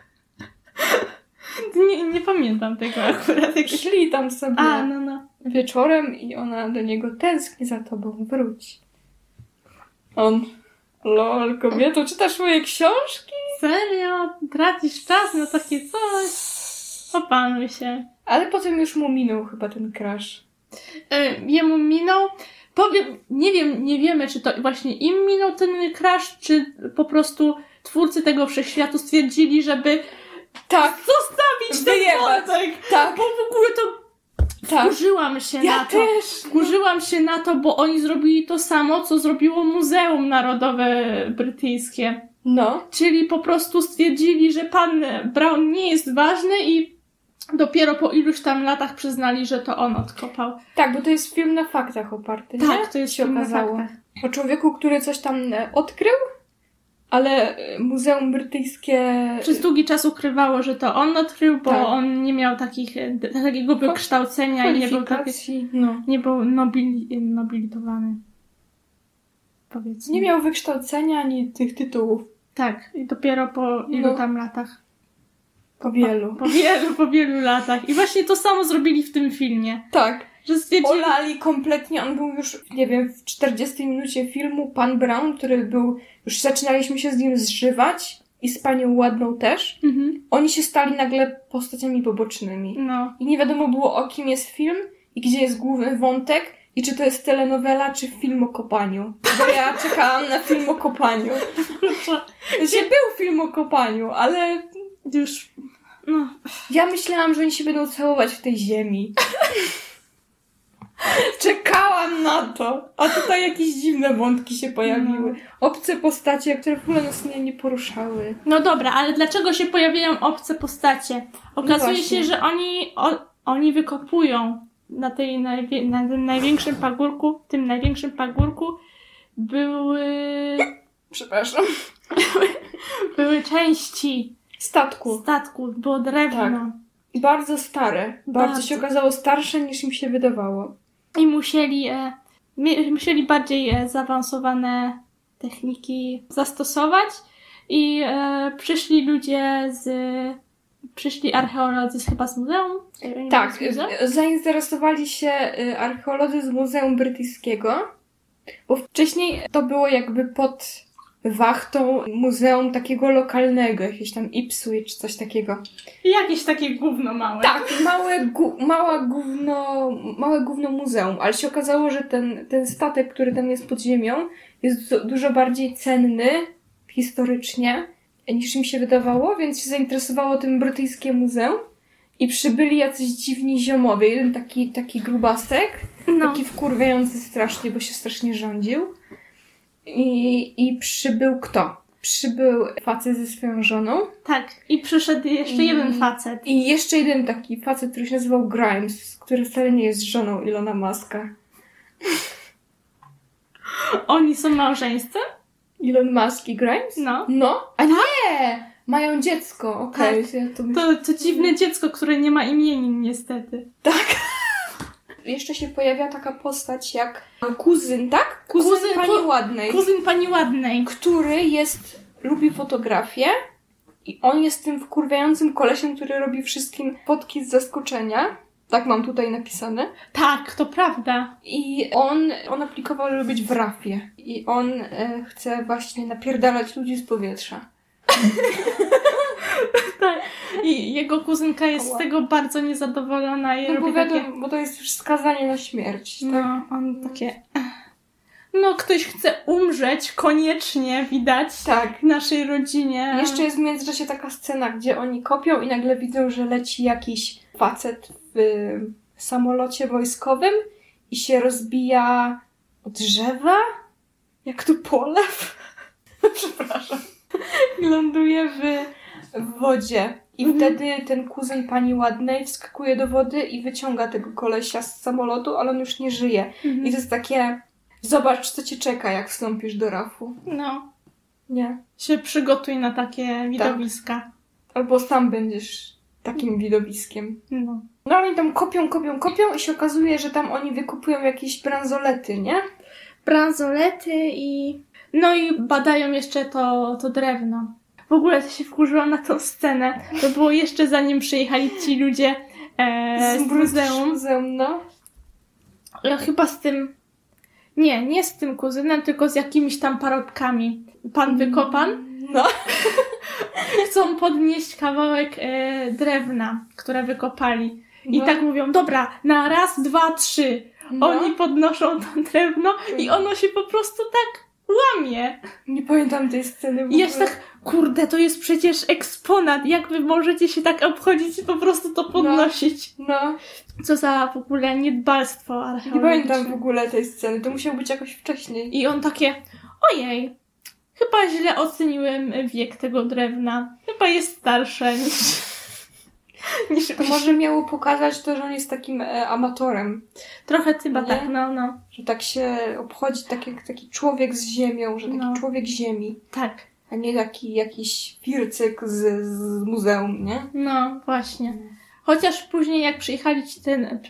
Nie pamiętam tego akurat. Szli tam sobie No. wieczorem i ona do niego tęskni za tobą, wróć. On, lol, kobieto, czytasz moje książki? Serio? Tracisz czas na takie coś? Opanuj się. Ale potem już mu minął chyba ten crush. Jemu minął. Powiem, nie wiemy, czy to właśnie im minął ten crash, czy po prostu twórcy tego wszechświatu stwierdzili, żeby Tak, zostawić ten wyjebać. wątek. Tak. Bo w ogóle to tak. wkurzyłam się Ja na to. też. Wkurzyłam się na to, bo oni zrobili to samo, co zrobiło Muzeum Narodowe Brytyjskie. No. Czyli po prostu stwierdzili, że pan Brown nie jest ważny i dopiero po iluś tam latach przyznali, że to on odkopał. Tak, bo to jest film na faktach oparty, nie? Tak, to jest się film na okazało. faktach. O człowieku, który coś tam odkrył, ale Muzeum Brytyjskie... Przez długi czas ukrywało, że to on odkrył, bo Tak. on nie miał takiego wykształcenia i nie był nobilitowany. Powiedzmy. Nie miał wykształcenia ani tych tytułów. Tak, i dopiero po ilu tam latach. Po wielu. Po wielu latach. I właśnie to samo zrobili w tym filmie. Tak. Że stwierdzili... Olali kompletnie, on był już, nie wiem, w 40 minucie filmu pan Brown, który był, już zaczynaliśmy się z nim zżywać i z panią Ładną też. Mhm. Oni się stali nagle postaciami pobocznymi. No. I nie wiadomo było, o kim jest film i gdzie jest główny wątek i czy to jest telenowela, czy film o kopaniu. Bo ja czekałam na film o kopaniu. Znaczy, był film o kopaniu, ale Już... No. ja myślałam, że oni się będą całować w tej ziemi. Czekałam na to. A tutaj jakieś dziwne wątki się pojawiły. Obce postacie, które w ogóle nas nie poruszały. No dobra, ale dlaczego się pojawiają obce postacie? Okazuje właśnie. się, że oni wykopują na tym największym pagórku były Przepraszam. części Statku. było drewno. Tak. Bardzo stare. Bardzo Bardzo. się okazało starsze niż im się wydawało. I musieli bardziej zaawansowane techniki zastosować i przyszli archeolodzy chyba z muzeum. Tak, Z muzeum? zainteresowali się archeolodzy z Muzeum Brytyjskiego, bo wcześniej to było jakby pod wachtą muzeum takiego lokalnego, jakieś tam Ipswich, coś takiego. Jakieś takie gówno małe. Tak, małe gówno muzeum, ale się okazało, że ten statek, który tam jest pod ziemią, jest dużo bardziej cenny historycznie niż im się wydawało, więc się zainteresowało tym brytyjskie muzeum i przybyli jacyś dziwni ziomowie. Jeden taki grubasek, taki wkurwiający strasznie, bo się strasznie rządził. I przybył kto? Przybył facet ze swoją żoną. Tak, i przyszedł jeszcze jeden facet. I jeszcze jeden taki facet, który się nazywał Grimes, który wcale nie jest żoną Ilona Muska. Oni są małżeństwem? Elon Musk i Grimes? No. No? A nie! Mają dziecko, okej. Tak. Ja to myślę. To dziwne dziecko, które nie ma imienin niestety. Tak. Jeszcze się pojawia taka postać jak kuzyn, tak? Kuzyn pani Ładnej. Kuzyn pani Ładnej. Który lubi fotografię i on jest tym wkurwiającym kolesiem, który robi wszystkim fotki z zaskoczenia. Tak mam tutaj napisane. Tak, to prawda. I on aplikował, żeby być w rafie. I on chce właśnie napierdalać ludzi z powietrza. Tak. I jego kuzynka jest z tego bardzo niezadowolona i No robi bo wiadomo, takie... bo to jest już skazanie na śmierć. Tak? No, on takie... No, ktoś chce umrzeć, koniecznie, widać, Tak. w naszej rodzinie. Jeszcze jest w międzyczasie taka scena, gdzie oni kopią i nagle widzą, że leci jakiś facet w samolocie wojskowym i się rozbija drzewa? Jak tu polew? Przepraszam. I ląduje w wodzie. I wtedy ten kuzyn pani Ładnej wskakuje do wody i wyciąga tego kolesia z samolotu, ale on już nie żyje. I to jest takie, zobacz, co cię czeka, jak wstąpisz do rafu. No. Nie. Się przygotuj na takie widowiska. Albo sam będziesz takim widowiskiem. No. No ale oni tam kopią i się okazuje, że tam oni wykupują jakieś bransolety, nie? Bransolety i... No i badają jeszcze to drewno. W ogóle to się wkurzyłam na tą scenę. To było jeszcze zanim przyjechali ci ludzie z muzeum. No. Ja chyba z tym... Nie z tym kuzynem, tylko z jakimiś tam parobkami. Pan Wykopan. No. Chcą podnieść kawałek drewna, które wykopali. I No. tak mówią, dobra, na raz, dwa, trzy. No. Oni podnoszą to drewno i ono się po prostu tak łamie. Nie pamiętam tej sceny w ogóle. I ja się tak, kurde, to jest przecież eksponat. Jak wy możecie się tak obchodzić i po prostu to podnosić? No. Co za w ogóle niedbalstwo archeologiczne. Nie pamiętam w ogóle tej sceny. To musiało być jakoś wcześniej. I on takie, ojej, chyba źle oceniłem wiek tego drewna. Chyba jest starsze niż To może miało pokazać to, że on jest takim amatorem. trochę chyba Nie? tak, no. Że tak się obchodzi tak jak taki człowiek z ziemią, że taki No. człowiek ziemi. Tak, A nie taki jakiś fircyk z muzeum, nie? no właśnie. Chociaż później jak przyjechali ci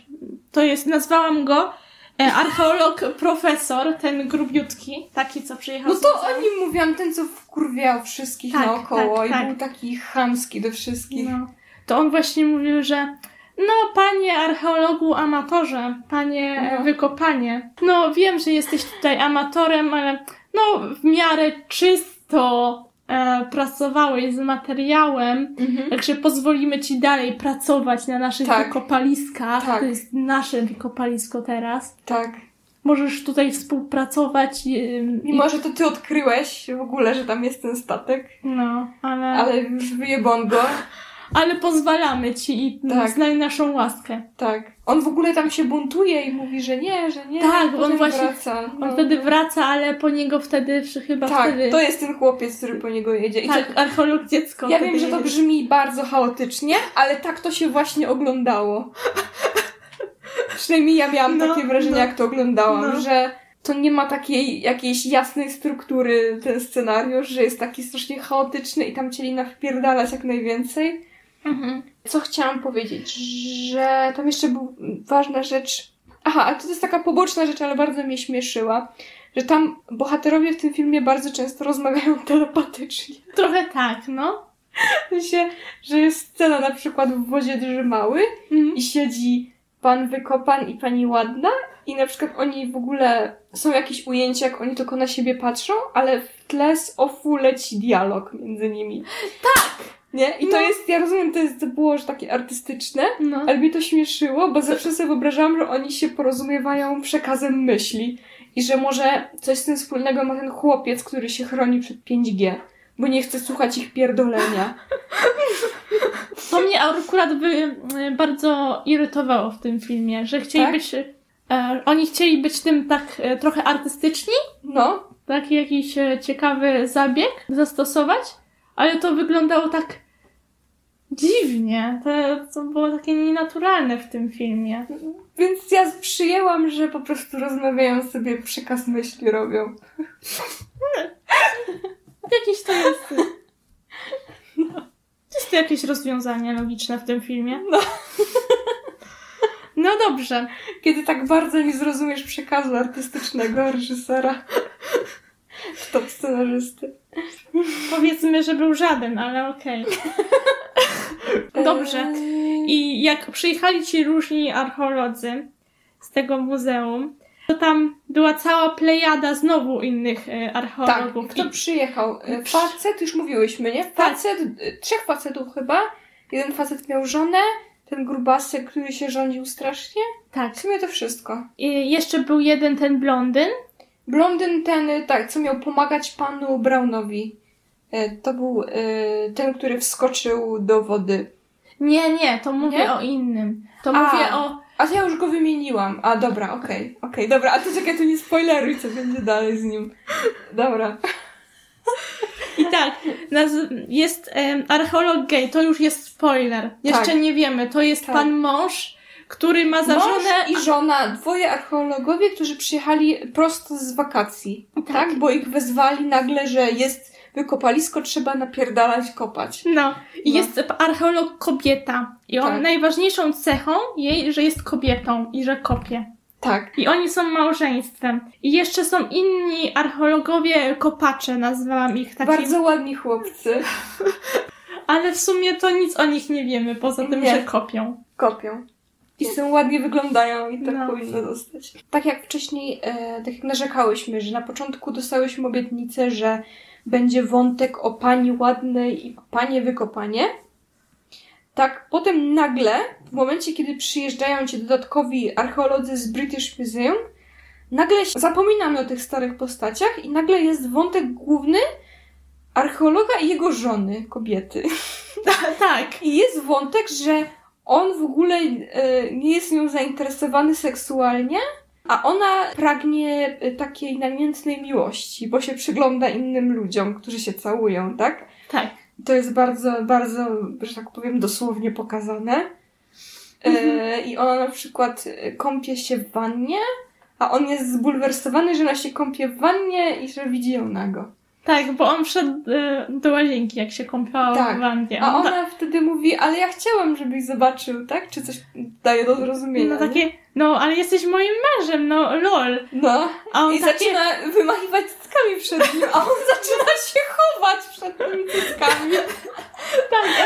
nazwałam go archeolog profesor, ten grubiutki, taki co przyjechał. No to o nim mówiłam, ten co wkurwiał wszystkich Tak, naokoło tak, i tak. był taki chamski do wszystkich. No. To on właśnie mówił, że no, panie archeologu amatorze, panie No. wykopanie. No, wiem, że jesteś tutaj amatorem, ale no, w miarę czysto pracowałeś z materiałem, także pozwolimy ci dalej pracować na naszych Tak. wykopaliskach. Tak. To jest nasze wykopalisko teraz. Tak. Możesz tutaj współpracować. Mimo, że to ty odkryłeś w ogóle, że tam jest ten statek, No, ale już wyjebon go. ale pozwalamy ci i Tak. znaj naszą łaskę. Tak. On w ogóle tam się buntuje i mówi, że nie. Tak, potem on właśnie- wraca. On wtedy wraca, ale po niego wtedy chyba Tak, wtedy... to jest ten chłopiec, który po niego jedzie. I Tak, archeolog dziecko. ja wtedy wiem, że to jedzie. brzmi bardzo chaotycznie, ale tak to się właśnie oglądało. Przynajmniej ja miałam No, takie wrażenie, no. jak to oglądałam, No. że to nie ma takiej jakiejś jasnej struktury ten scenariusz, że jest taki strasznie chaotyczny i tam chcieli nawpierdalać jak najwięcej. Mhm. Co chciałam powiedzieć, że tam jeszcze była ważna rzecz. Aha, a to jest taka poboczna rzecz, ale bardzo mnie śmieszyła, że tam bohaterowie w tym filmie bardzo często rozmawiają telepatycznie. Trochę tak, no. W sensie, że jest scena na przykład w wozie drzymały i siedzi pan Wykopan i pani Ładna i na przykład oni w ogóle są jakieś ujęcia, jak oni tylko na siebie patrzą, ale w tle z offu leci dialog między nimi. Tak! Nie? I to No. jest, ja rozumiem, to było że takie artystyczne, No. ale mnie to śmieszyło, bo zawsze sobie wyobrażałam, że oni się porozumiewają przekazem myśli i że może coś z tym wspólnego ma ten chłopiec, który się chroni przed 5G, bo nie chce słuchać ich pierdolenia. To mnie akurat by bardzo irytowało w tym filmie, że chcieli Tak? być... oni chcieli być tym tak trochę artystyczni, No, taki jakiś ciekawy zabieg zastosować, ale to wyglądało tak dziwnie. To było takie nienaturalne w tym filmie. więc ja przyjęłam, że po prostu rozmawiają sobie, przekaz myśli robią. Jakieś to jest... Jest to jakieś rozwiązanie logiczne w tym filmie. No dobrze. Kiedy tak bardzo nie zrozumiesz przekazu artystycznego reżysera, to scenarzysty. Powiedzmy, że był żaden, ale okej. Dobrze. I jak przyjechali ci różni archeolodzy z tego muzeum, to tam była cała plejada znowu innych Tak, archeologów. kto przyjechał? Facet, już mówiłyśmy, nie? Facet, 3 facetów chyba. Jeden facet miał żonę, ten grubasek, który się rządził strasznie. Tak. W sumie to wszystko. I jeszcze był jeden ten blondyn. Blondyn ten, tak, co miał pomagać panu Brownowi. To był ten, który wskoczył do wody. Nie, to mówię Nie? o innym. To A. mówię o A ja już go wymieniłam. A dobra, okej, dobra. A to czekaj, to nie spoileruj, co będzie dalej z nim. Dobra. I tak, jest archeolog gej, to już jest spoiler. Jeszcze nie wiemy, to jest pan mąż, który ma za żonę... Mąż i żona, 2 archeologowie, którzy przyjechali prosto z wakacji. Tak? Bo ich wezwali nagle, że jest wykopalisko, trzeba napierdalać, kopać. No. I jest archeolog kobieta. I najważniejszą cechą jej, że jest kobietą i że kopie. Tak. I oni są małżeństwem. I jeszcze są inni archeologowie kopacze, nazwałam ich takim. Bardzo ładni chłopcy. Ale w sumie to nic o nich nie wiemy, poza tym, że kopią. Kopią. I są ładnie wyglądają i tak powinno zostać. Tak jak wcześniej, tak jak narzekałyśmy, że na początku dostałyśmy obietnicę, że będzie wątek o pani ładnej i panie wykopanie. Tak, potem nagle, w momencie, kiedy przyjeżdżają ci dodatkowi archeolodzy z British Museum, nagle zapominamy o tych starych postaciach i nagle jest wątek główny archeologa i jego żony, kobiety. Tak. I jest wątek, że on w ogóle nie jest nią zainteresowany seksualnie, a ona pragnie takiej namiętnej miłości, bo się przygląda innym ludziom, którzy się całują, tak? Tak. To jest bardzo, bardzo, że tak powiem, dosłownie pokazane. I ona na przykład kąpie się w wannie, a on jest zbulwersowany, że ona się kąpie w wannie i że widzi ją nago. Tak, bo on wszedł do łazienki, jak się kąpała w wannie. A ona wtedy mówi, ale ja chciałam, żebyś zobaczył, tak? Czy coś daje do zrozumienia. No takie, ale jesteś moim mężem, lol. No. A on zaczyna wymachiwać cyckami przed nim, a on zaczyna się chować przed tymi cyckami. Tak,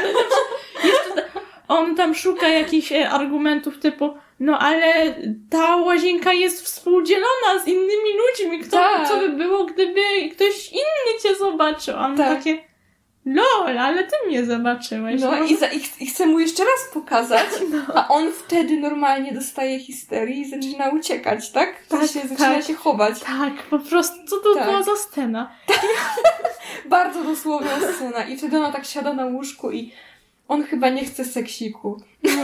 on tam szuka jakichś argumentów typu, ale ta łazienka jest współdzielona z innymi ludźmi. Co by było, gdyby ktoś inny cię zobaczył? A on takie, lol, ale ty mnie zobaczyłeś. I chce mu jeszcze raz pokazać, a on wtedy normalnie dostaje histerii i zaczyna uciekać, tak? Zaczyna się chować. Tak, po prostu, co to była za scena? Bardzo dosłowna scena. I wtedy ona tak siada na łóżku i on chyba nie chce seksiku.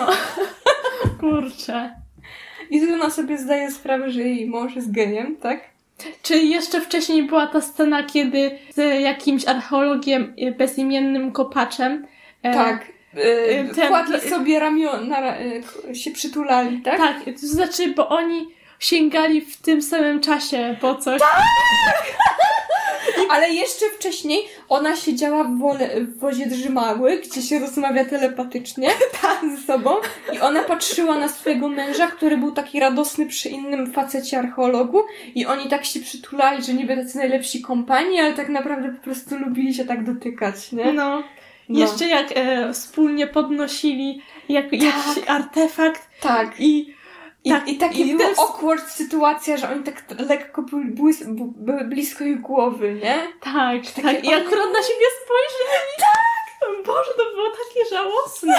Kurczę. I wtedy ona sobie zdaje sprawę, że jej mąż jest gejem, tak? Czy jeszcze wcześniej była ta scena, kiedy z jakimś archeologiem bezimiennym kopaczem kładli sobie ramiona, się przytulali, tak? Tak, to znaczy, bo oni sięgali w tym samym czasie po coś. Tak! Ale jeszcze wcześniej ona siedziała w wozie drzymały, gdzie się rozmawia telepatycznie ze sobą i ona patrzyła na swojego męża, który był taki radosny przy innym facecie archeologu i oni tak się przytulali, że niby tacy najlepsi kompanii, ale tak naprawdę po prostu lubili się tak dotykać, nie? Jeszcze jak wspólnie podnosili jakiś artefakt. Tak. I takie była awkward sytuacja, że oni tak lekko były blisko jej głowy, nie? Tak. I akurat na siebie spojrzeli. Tak! Boże, to było takie żałosne.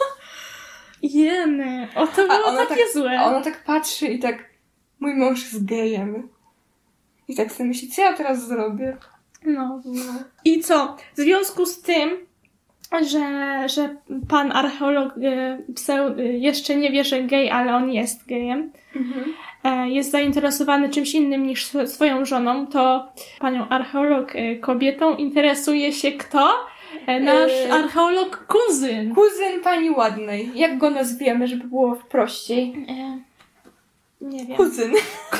Jeny. To było takie złe. A ona tak patrzy i tak, mój mąż jest gejem. I tak sobie myśli, co ja teraz zrobię? I co? W związku z tym, że pan archeolog jeszcze nie wie, że gej, ale on jest gejem, jest zainteresowany czymś innym niż swoją żoną, to panią archeolog kobietą interesuje się kto? Nasz archeolog kuzyn. Kuzyn pani ładnej. Jak go nazwiemy, żeby było prościej? Nie wiem. Kuzyn.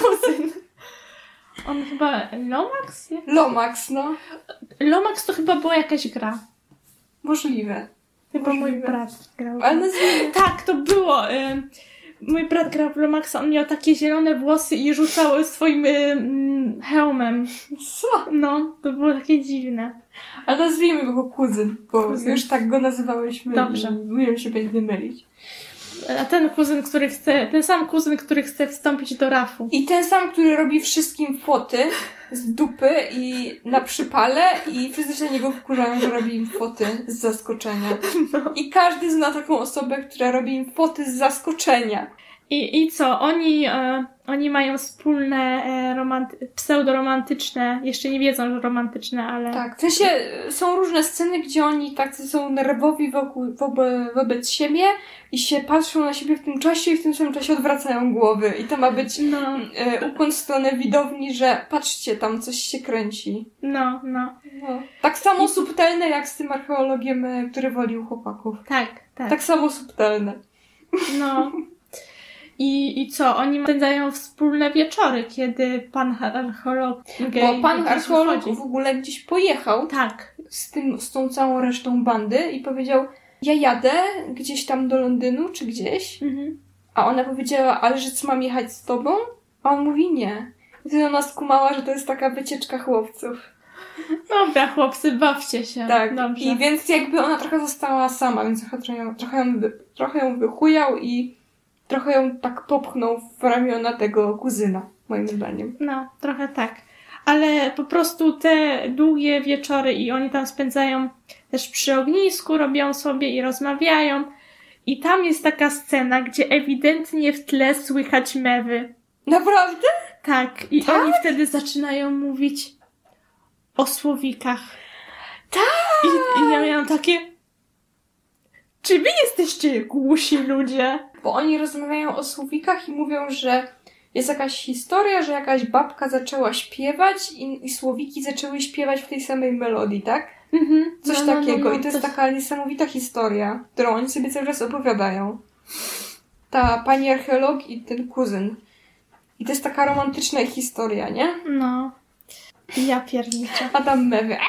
On chyba Lomax? Lomax, Lomax to chyba była jakaś gra. Możliwe. Chyba mój brat grał. Ale nazwijmy. Tak, to było. Mój brat grał w Lomaxa, on miał takie zielone włosy i rzucał swoim hełmem. Co? To było takie dziwne. Ale nazwijmy go kuzyn, bo już tak go nazywałyśmy. Dobrze. Mówiłem, się będzie mylić. A ten sam kuzyn, który chce wstąpić do RAF-u. I ten sam, który robi wszystkim foty z dupy i na przypale i wszyscy się na niego wkurzają, że robi im foty z zaskoczenia. I każdy zna taką osobę, która robi im foty z zaskoczenia. I co? Oni mają wspólne pseudoromantyczne, jeszcze nie wiedzą, że romantyczne, ale... Tak, w sensie są różne sceny, gdzie oni tacy są nerwowi wobec siebie i się patrzą na siebie w tym czasie i w tym samym czasie odwracają głowy. I to ma być ukłon w stronę widowni, że patrzcie, tam coś się kręci. No. Tak samo subtelne jak z tym archeologiem, który wolił chłopaków. Tak. Tak samo subtelne. No. I co? Oni spędzają wspólne wieczory, kiedy pan archeolog... Bo pan archeolog w ogóle gdzieś pojechał. Tak. Z tą całą resztą bandy i powiedział, ja jadę gdzieś tam do Londynu, czy gdzieś. Mhm. A ona powiedziała, ale że co, mam jechać z tobą? A on mówi, nie. I wtedy ona skumała, że to jest taka wycieczka chłopców. Dobra, chłopcy, bawcie się. Tak. Dobrze. I więc jakby ona trochę została sama, więc trochę ją wychujał i trochę ją tak popchnął w ramiona tego kuzyna, moim zdaniem. No, trochę tak. Ale po prostu te długie wieczory i oni tam spędzają też przy ognisku, robią sobie i rozmawiają. I tam jest taka scena, gdzie ewidentnie w tle słychać mewy. Naprawdę? Tak. I oni wtedy zaczynają mówić o słowikach. Tak! I ja miałam takie... Czy wy jesteście głusi ludzie? Bo oni rozmawiają o słowikach i mówią, że jest jakaś historia, że jakaś babka zaczęła śpiewać i słowiki zaczęły śpiewać w tej samej melodii, tak? Mhm. Coś takiego. I to jest taka niesamowita historia, którą oni sobie cały czas opowiadają. Ta pani archeolog i ten kuzyn. I to jest taka romantyczna ich historia, nie? No. Ja pierniczę. A tam mewy.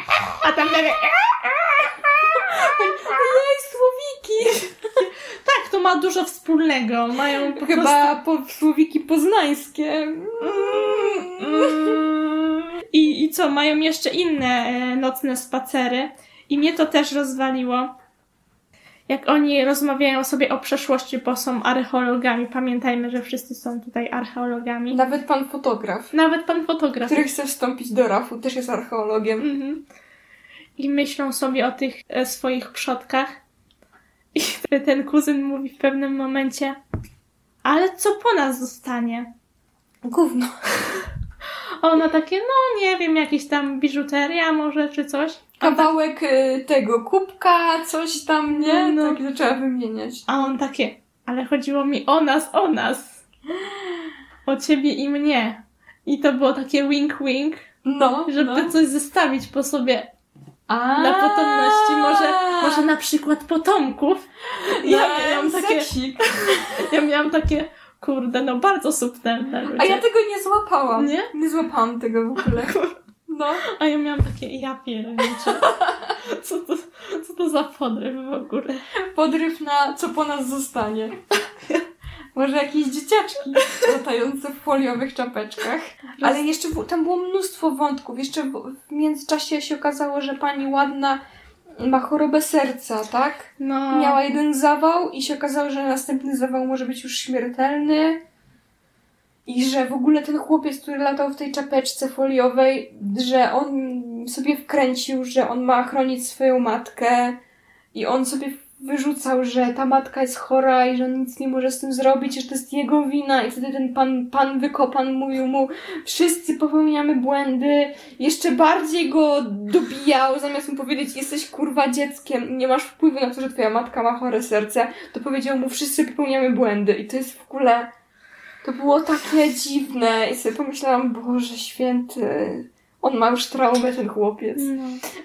Jej, słowiki! Tak, to ma dużo wspólnego. Mają po Chyba słowiki poznańskie. I co, mają jeszcze inne nocne spacery. I mnie to też rozwaliło. Jak oni rozmawiają sobie o przeszłości, bo są archeologami. Pamiętajmy, że wszyscy są tutaj archeologami. Nawet pan fotograf. Który chce wstąpić do RAF-u, też jest archeologiem. Mhm. I myślą sobie o tych swoich przodkach. I ten kuzyn mówi w pewnym momencie, ale co po nas zostanie? Gówno. A ona takie, no nie wiem, jakieś tam biżuteria może, czy coś. Kawałek tego kubka, coś tam, nie? No. Tak zaczęła wymieniać. A on takie, ale chodziło mi o nas. O ciebie i mnie. I to było takie wink, żeby coś zostawić po sobie. Na potomności, może na przykład potomków. Ja miałam takie, kurde, no bardzo subtelne ludzie. A ja tego nie złapałam. Nie? Nie złapałam tego w ogóle. No. A ja miałam takie, ja pierniczę. Co to za podryw w ogóle? Podryw na co po nas zostanie. Może jakieś dzieciaczki latające w foliowych czapeczkach. Ale jeszcze tam było mnóstwo wątków. Jeszcze w międzyczasie się okazało, że pani ładna ma chorobę serca, tak? No. Miała jeden zawał i się okazało, że następny zawał może być już śmiertelny. I że w ogóle ten chłopiec, który latał w tej czapeczce foliowej, że on sobie wkręcił, że on ma chronić swoją matkę i on sobie wyrzucał, że ta matka jest chora i że on nic nie może z tym zrobić, że to jest jego wina i wtedy ten pan Wykopan mówił mu, wszyscy popełniamy błędy, jeszcze bardziej go dobijał, zamiast mu powiedzieć, jesteś kurwa dzieckiem, nie masz wpływu na to, że twoja matka ma chore serce, to powiedział mu, wszyscy popełniamy błędy i to jest w ogóle, to było takie dziwne i sobie pomyślałam, Boże święty, on ma już traumę, ten chłopiec. No.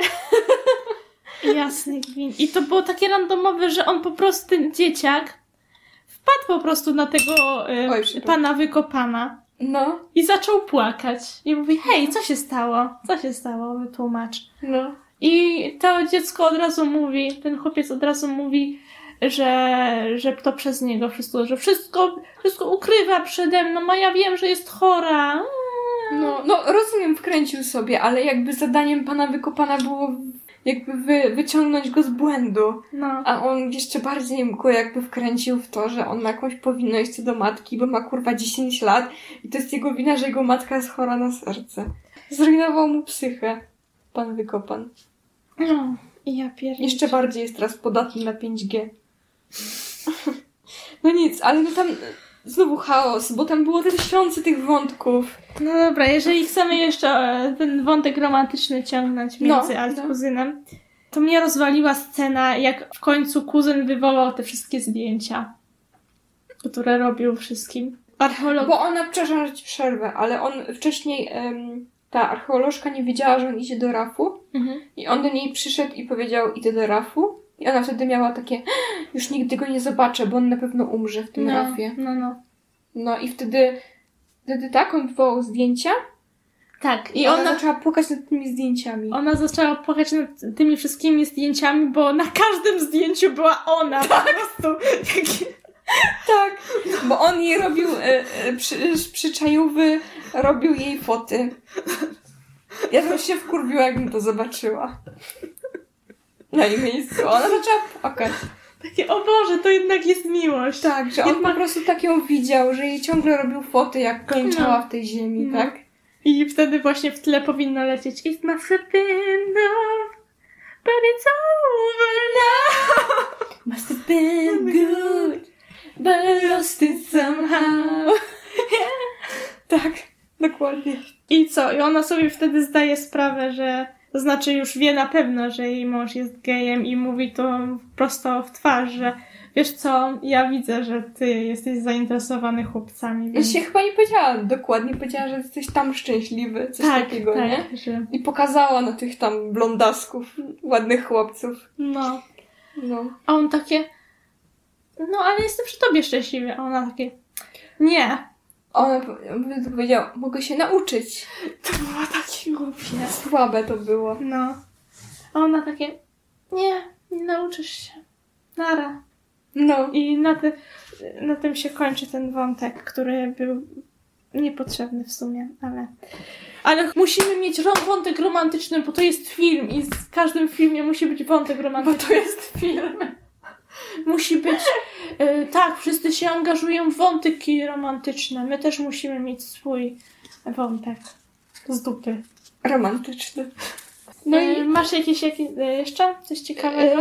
Jasny gwint. I to było takie randomowe, że on po prostu, ten dzieciak, wpadł po prostu na tego pana Wykopana. No. I zaczął płakać. I mówi, hej, co się stało? Co się stało? Wytłumacz. No. I to dziecko od razu mówi, ten chłopiec od razu mówi, że to przez niego wszystko, że wszystko ukrywa przede mną, a ja wiem, że jest chora. No rozumiem, wkręcił sobie, ale jakby zadaniem pana Wykopana było jakby wyciągnąć go z błędu. No. A on jeszcze bardziej go jakby wkręcił w to, że on ma jakąś powinność co do matki, bo ma kurwa 10 lat i to jest jego wina, że jego matka jest chora na serce. Zrujnował mu psychę, pan Wykopan. No, i ja pierniczę. Jeszcze bardziej jest teraz podatny na 5G. No nic, ale no tam znowu chaos, bo tam było tysiące tych wątków. No dobra, jeżeli chcemy jeszcze ten wątek romantyczny ciągnąć między Alt no. kuzynem, to mnie rozwaliła scena, jak w końcu kuzyn wywołał te wszystkie zdjęcia, które robił wszystkim. Archeolog... Bo ona, przepraszam, że ci przerwę, ale on wcześniej, ta archeolożka nie wiedziała, że on idzie do rafu i on do niej przyszedł i powiedział, idę do rafu i ona wtedy miała takie, już nigdy go nie zobaczę, bo on na pewno umrze w tym rafie. No i wtedy tak, on wywołał zdjęcia. Tak. I ona zaczęła płakać nad tymi zdjęciami. Ona zaczęła płakać nad tymi wszystkimi zdjęciami, bo na każdym zdjęciu była ona. Tak. Po prostu. Tak, bo on jej robił przyczajówy, robił jej foty. Ja bym się wkurwiła, jakbym to zobaczyła. Na jej miejscu. Ona zaczęła płakać. Takie, o Boże, to jednak jest miłość. Tak, że on po prostu tak ją widział, że jej ciągle robił foty, jak klęczała w tej ziemi, tak? I wtedy właśnie w tle powinno lecieć It must have been love, but it's over now. Must have been good, but I lost it somehow. Tak, dokładnie. I co? I ona sobie wtedy zdaje sprawę, że to znaczy już wie na pewno, że jej mąż jest gejem i mówi to prosto w twarz, że wiesz co, ja widzę, że ty jesteś zainteresowany chłopcami. Więc... Ja się chyba nie powiedziała dokładnie, powiedziała, że jesteś tam szczęśliwy, coś takiego, tak, nie? Że... I pokazała na tych tam blondasków, ładnych chłopców. No. No. A on takie, no ale jestem przy tobie szczęśliwy. A ona takie, nie. On powiedział, mogę się nauczyć. To było takie głupie. Słabe to było. No. A ona takie, nie nauczysz się. Nara. No. I na tym się kończy ten wątek, który był niepotrzebny w sumie, ale musimy mieć wątek romantyczny, bo to jest film i w każdym filmie musi być wątek romantyczny. Bo to jest film. Musi być, tak, wszyscy się angażują w wątki romantyczne. My też musimy mieć swój wątek z dupy. Romantyczny. No i masz jakieś jeszcze coś ciekawego?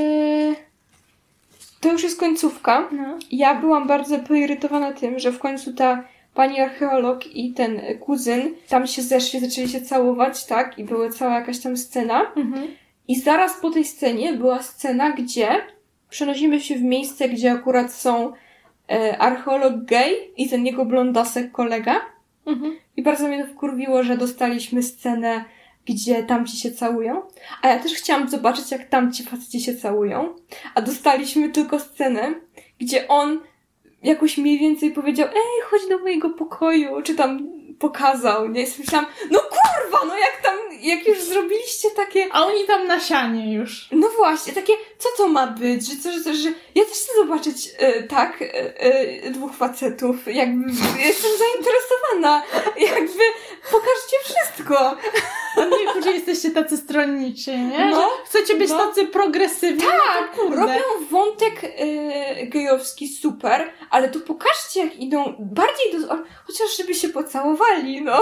To już jest końcówka. No. Ja byłam bardzo poirytowana tym, że w końcu ta pani archeolog i ten kuzyn tam się zeszli, zaczęli się całować, tak? I była cała jakaś tam scena. I zaraz po tej scenie była scena, gdzie przenosimy się w miejsce, gdzie akurat są archeolog gej i ten jego blondasek kolega. I bardzo mnie to wkurwiło, że dostaliśmy scenę, gdzie tamci się całują. A ja też chciałam zobaczyć, jak tamci faceci się całują. A dostaliśmy tylko scenę, gdzie on jakoś mniej więcej powiedział, chodź do mojego pokoju, czy tam pokazał, nie? I myślałam, no kurwa, no jak już zrobiliście takie... A oni tam na sianie już. No właśnie, takie, co to ma być? Że ja też chcę zobaczyć dwóch facetów, jakby jestem zainteresowana, jakby pokażcie wszystko. A nie, że jesteście tacy stronniczy, nie? No, że chcecie być tacy progresywni. Tak, no kurde. robią wątek gejowski super, ale to pokażcie, jak idą bardziej chociaż żeby się pocałowali, no.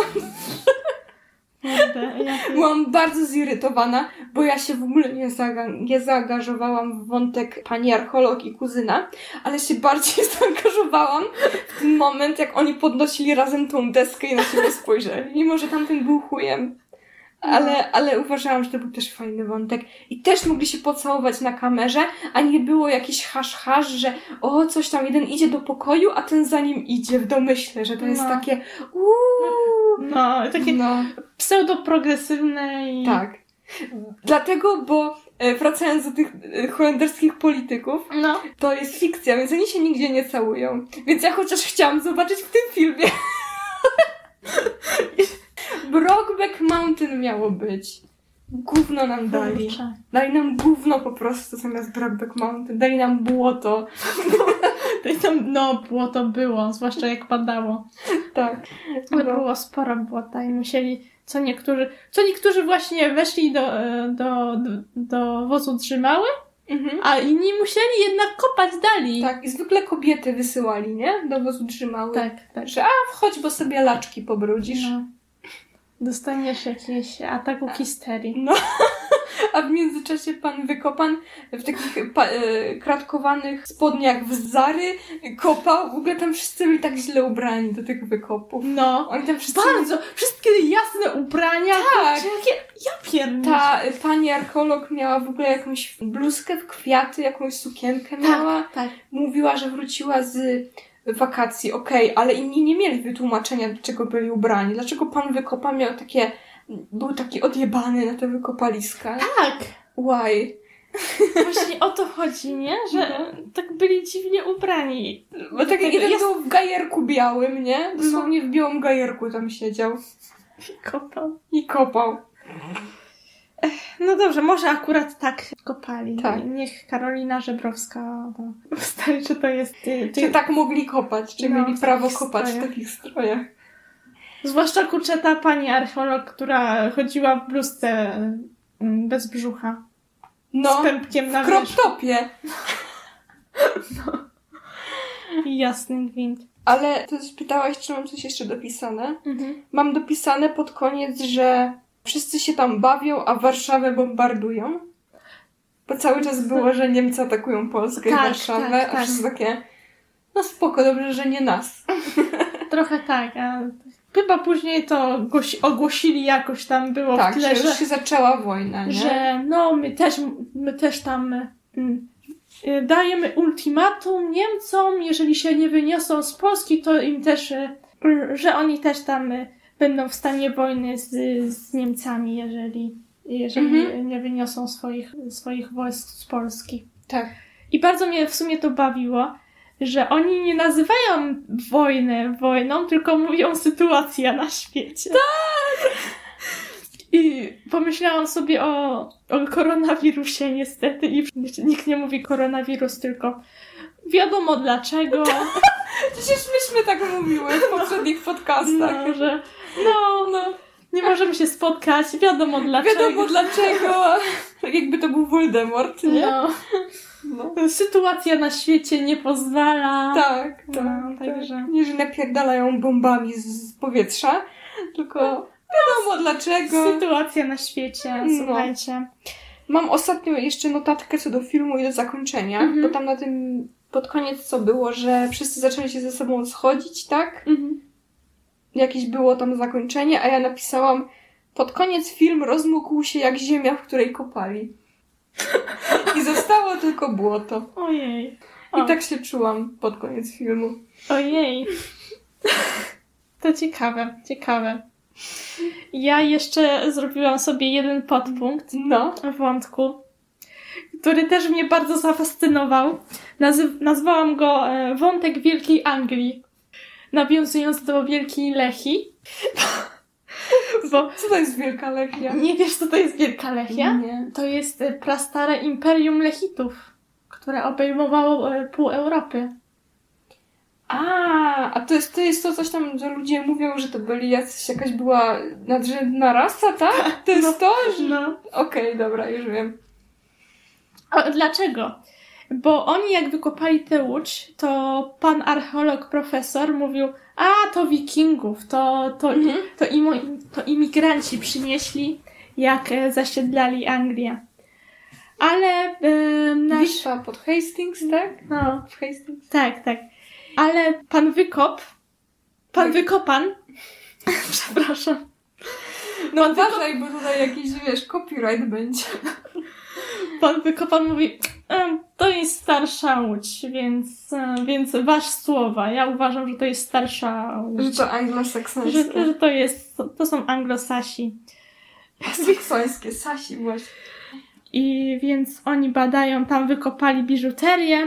Byłam bardzo zirytowana, bo ja się w ogóle nie zaangażowałam w wątek pani archeolog i kuzyna, ale się bardziej zaangażowałam w ten moment, jak oni podnosili razem tą deskę i na siebie spojrzeli, mimo że tamten był chujem. Ale uważałam, że to był też fajny wątek. I też mogli się pocałować na kamerze, a nie było jakiś hasz, że coś tam, jeden idzie do pokoju, a ten za nim idzie w domyśle, że to jest takie takie pseudoprogresywne i... Tak. Dlatego, bo wracając do tych holenderskich polityków, to jest fikcja, więc oni się nigdzie nie całują. Więc ja chociaż chciałam zobaczyć w tym filmie. Brokeback Mountain miało być. Gówno nam dali. Dali nam gówno po prostu zamiast Brokeback Mountain. Dali nam błoto. Błoto było, zwłaszcza jak padało. Tak. Ale było sporo błota i musieli, co niektórzy właśnie weszli do wozu trzymały, a inni musieli jednak kopać dalej. Tak, i zwykle kobiety wysyłali, nie? Do wozu trzymały. Tak. Że wchodź, bo sobie laczki pobrudzisz. No. Dostaniesz jakiś ataku histerii. No. A w międzyczasie pan Wykopan w takich kratkowanych spodniach w Zary kopał. W ogóle tam wszyscy byli tak źle ubrani do tych wykopów. No. Oni tam wszyscy... Bardzo. Wszystkie jasne ubrania. Tak. Ja pierdolę. Ta pani archeolog miała w ogóle jakąś bluzkę w kwiaty, jakąś sukienkę miała. Tak. Mówiła, że wróciła z wakacji. Okej, ale inni nie mieli wytłumaczenia, dlaczego byli ubrani. Dlaczego pan Wykopan miał takie... Był taki odjebany na te wykopaliska. Tak. Why? Właśnie o to chodzi, nie? Że tak byli dziwnie ubrani. Bo tak jak jeden był w gajerku białym, nie? Dosłownie w białym gajerku tam siedział. Kopał. I kopał. No dobrze, może akurat tak kopali. Tak. Niech Karolina Żebrowska ustali, czy to jest... Czy tak mogli kopać? Czy No, mieli w prawo takich kopać w strojach. takich strojach? Zwłaszcza kurczę ta pani archeolog, która chodziła w bluzce bez brzucha. No, Z pępkiem na w crop-topie. i jasny gwint. Ale ty pytałaś, czy mam coś jeszcze dopisane? Mhm. Mam dopisane pod koniec, że wszyscy się tam bawią, a Warszawę bombardują. Bo cały czas było, że Niemcy atakują Polskę i Tak, Warszawę, tak, a wszyscy takie, no spoko, dobrze, że nie nas. Trochę tak, a chyba później to ogłosili jakoś tam było Tak, w tle, że już się zaczęła wojna, nie? że no my też tam dajemy ultimatum Niemcom, jeżeli się nie wyniosą z Polski, to im też, że oni też tam będą w stanie wojny z Niemcami, jeżeli nie wyniosą swoich wojsk z Polski. Tak. I bardzo mnie w sumie to bawiło, że oni nie nazywają wojnę wojną, tylko mówią sytuacja na świecie. Tak! I pomyślałam sobie o koronawirusie niestety i nikt nie mówi koronawirus, tylko wiadomo dlaczego. Przecież myśmy tak mówiły w poprzednich podcastach. No, że nie możemy się spotkać, wiadomo dlaczego. Wiadomo dlaczego. Tak jakby to był Voldemort, nie? No. Sytuacja na świecie nie pozwala. Tak, No, tak. także. Nie, że napierdalają bombami z powietrza, tylko wiadomo dlaczego. Sytuacja na świecie, słuchajcie. Mam ostatnio jeszcze notatkę co do filmu i do zakończenia, bo tam na tym pod koniec co było, że wszyscy zaczęli się ze sobą schodzić, tak? Jakieś było tam zakończenie, a ja napisałam pod koniec film rozmógł się jak ziemia, w której kopali. I zostało tylko błoto. Ojej. I tak się czułam pod koniec filmu. Ojej. To ciekawe. Ja jeszcze zrobiłam sobie jeden podpunkt w wątku, który też mnie bardzo zafascynował. Nazwałam go Wątek Wielkiej Anglii, nawiązując do Wielkiej Lechii. Bo co to jest Wielka Lechia? Nie wiesz, co to jest Wielka Lechia? Nie. To jest prastare imperium Lechitów, które obejmowało pół Europy. A to jest to coś tam, że ludzie mówią, że to byli jakaś była nadrzędna rasa, tak? To jest to? Że... No. Okej, dobra, już wiem. A dlaczego? Bo oni jak wykopali tę łódź, to pan archeolog, profesor mówił, to wikingów, to imigranci przynieśli, jak zasiedlali Anglię. Ale Bitwa pod Hastings, tak? No, w Hastings. Tak. Ale pan Wykopan, przepraszam. No uważaj, bo tutaj jakiś, copyright będzie. Pan Wykopan mówi, to jest starsza łódź, więc waż słowa. Ja uważam, że to jest starsza łódź. Że to anglosaksońskie. Że to są anglosasi. Saksońskie, Sasi właśnie. I więc oni badają, tam wykopali biżuterię.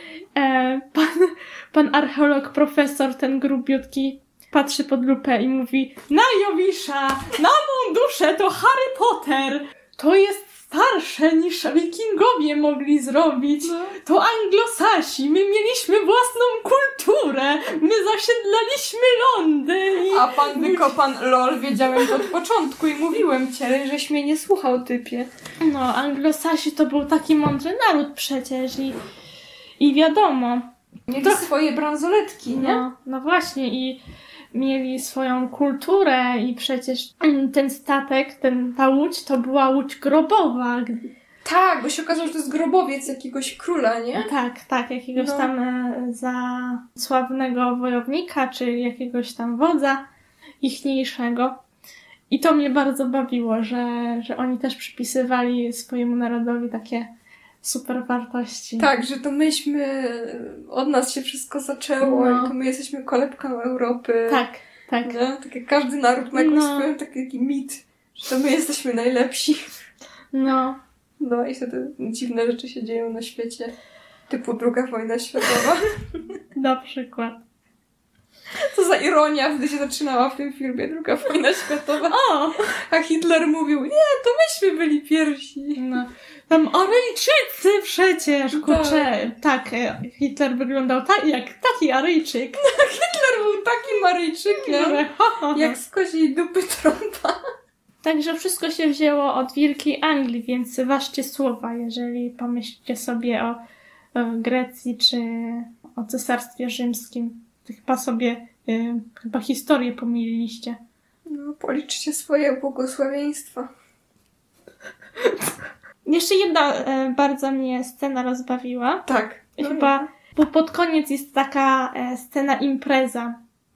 Pan archeolog, profesor, ten grubiutki, patrzy pod lupę i mówi, na Jowisza, na mą duszę, to Harry Potter. To jest starsze niż wikingowie mogli zrobić. To anglosasi. My mieliśmy własną kulturę. My zasiedlaliśmy Londyn. A pan Wykopan, lol, wiedziałem to od początku i mówiłem ci, żeś mnie nie słuchał, typie. No, anglosasi to był taki mądry naród przecież i wiadomo. Mieli swoje bransoletki, nie? No właśnie i mieli swoją kulturę i przecież ten statek, ta łódź to była łódź grobowa. Tak, bo się okazało, że to jest grobowiec jakiegoś króla, nie? Tak, jakiegoś tam za sławnego wojownika, czy jakiegoś tam wodza ichniejszego. I to mnie bardzo bawiło, że oni też przypisywali swojemu narodowi takie super wartości. Tak, że to myśmy, od nas się wszystko zaczęło i to my jesteśmy kolebką Europy. Tak. No, tak jak każdy naród ma jakąś swoją taki mit, że to my jesteśmy najlepsi. No i wtedy dziwne rzeczy się dzieją na świecie, typu II wojna światowa. Na przykład. Co za ironia, wtedy się zaczynała w tym filmie II wojna światowa. A Hitler mówił, nie, to myśmy byli pierwsi. No. Tam Aryjczycy przecież, kurczę. Tak, Hitler wyglądał jak taki Aryjczyk. Hitler był takim Aryjczykiem, jak z koziej dupy trąba. Także wszystko się wzięło od Wielkiej Anglii, więc ważcie słowa, jeżeli pomyślicie sobie o Grecji czy o Cesarstwie Rzymskim. To chyba sobie historię pomyliliście. No, policzcie swoje błogosławieństwa. Jeszcze jedna bardzo mnie scena rozbawiła. Tak. Chyba, bo pod koniec jest taka scena impreza.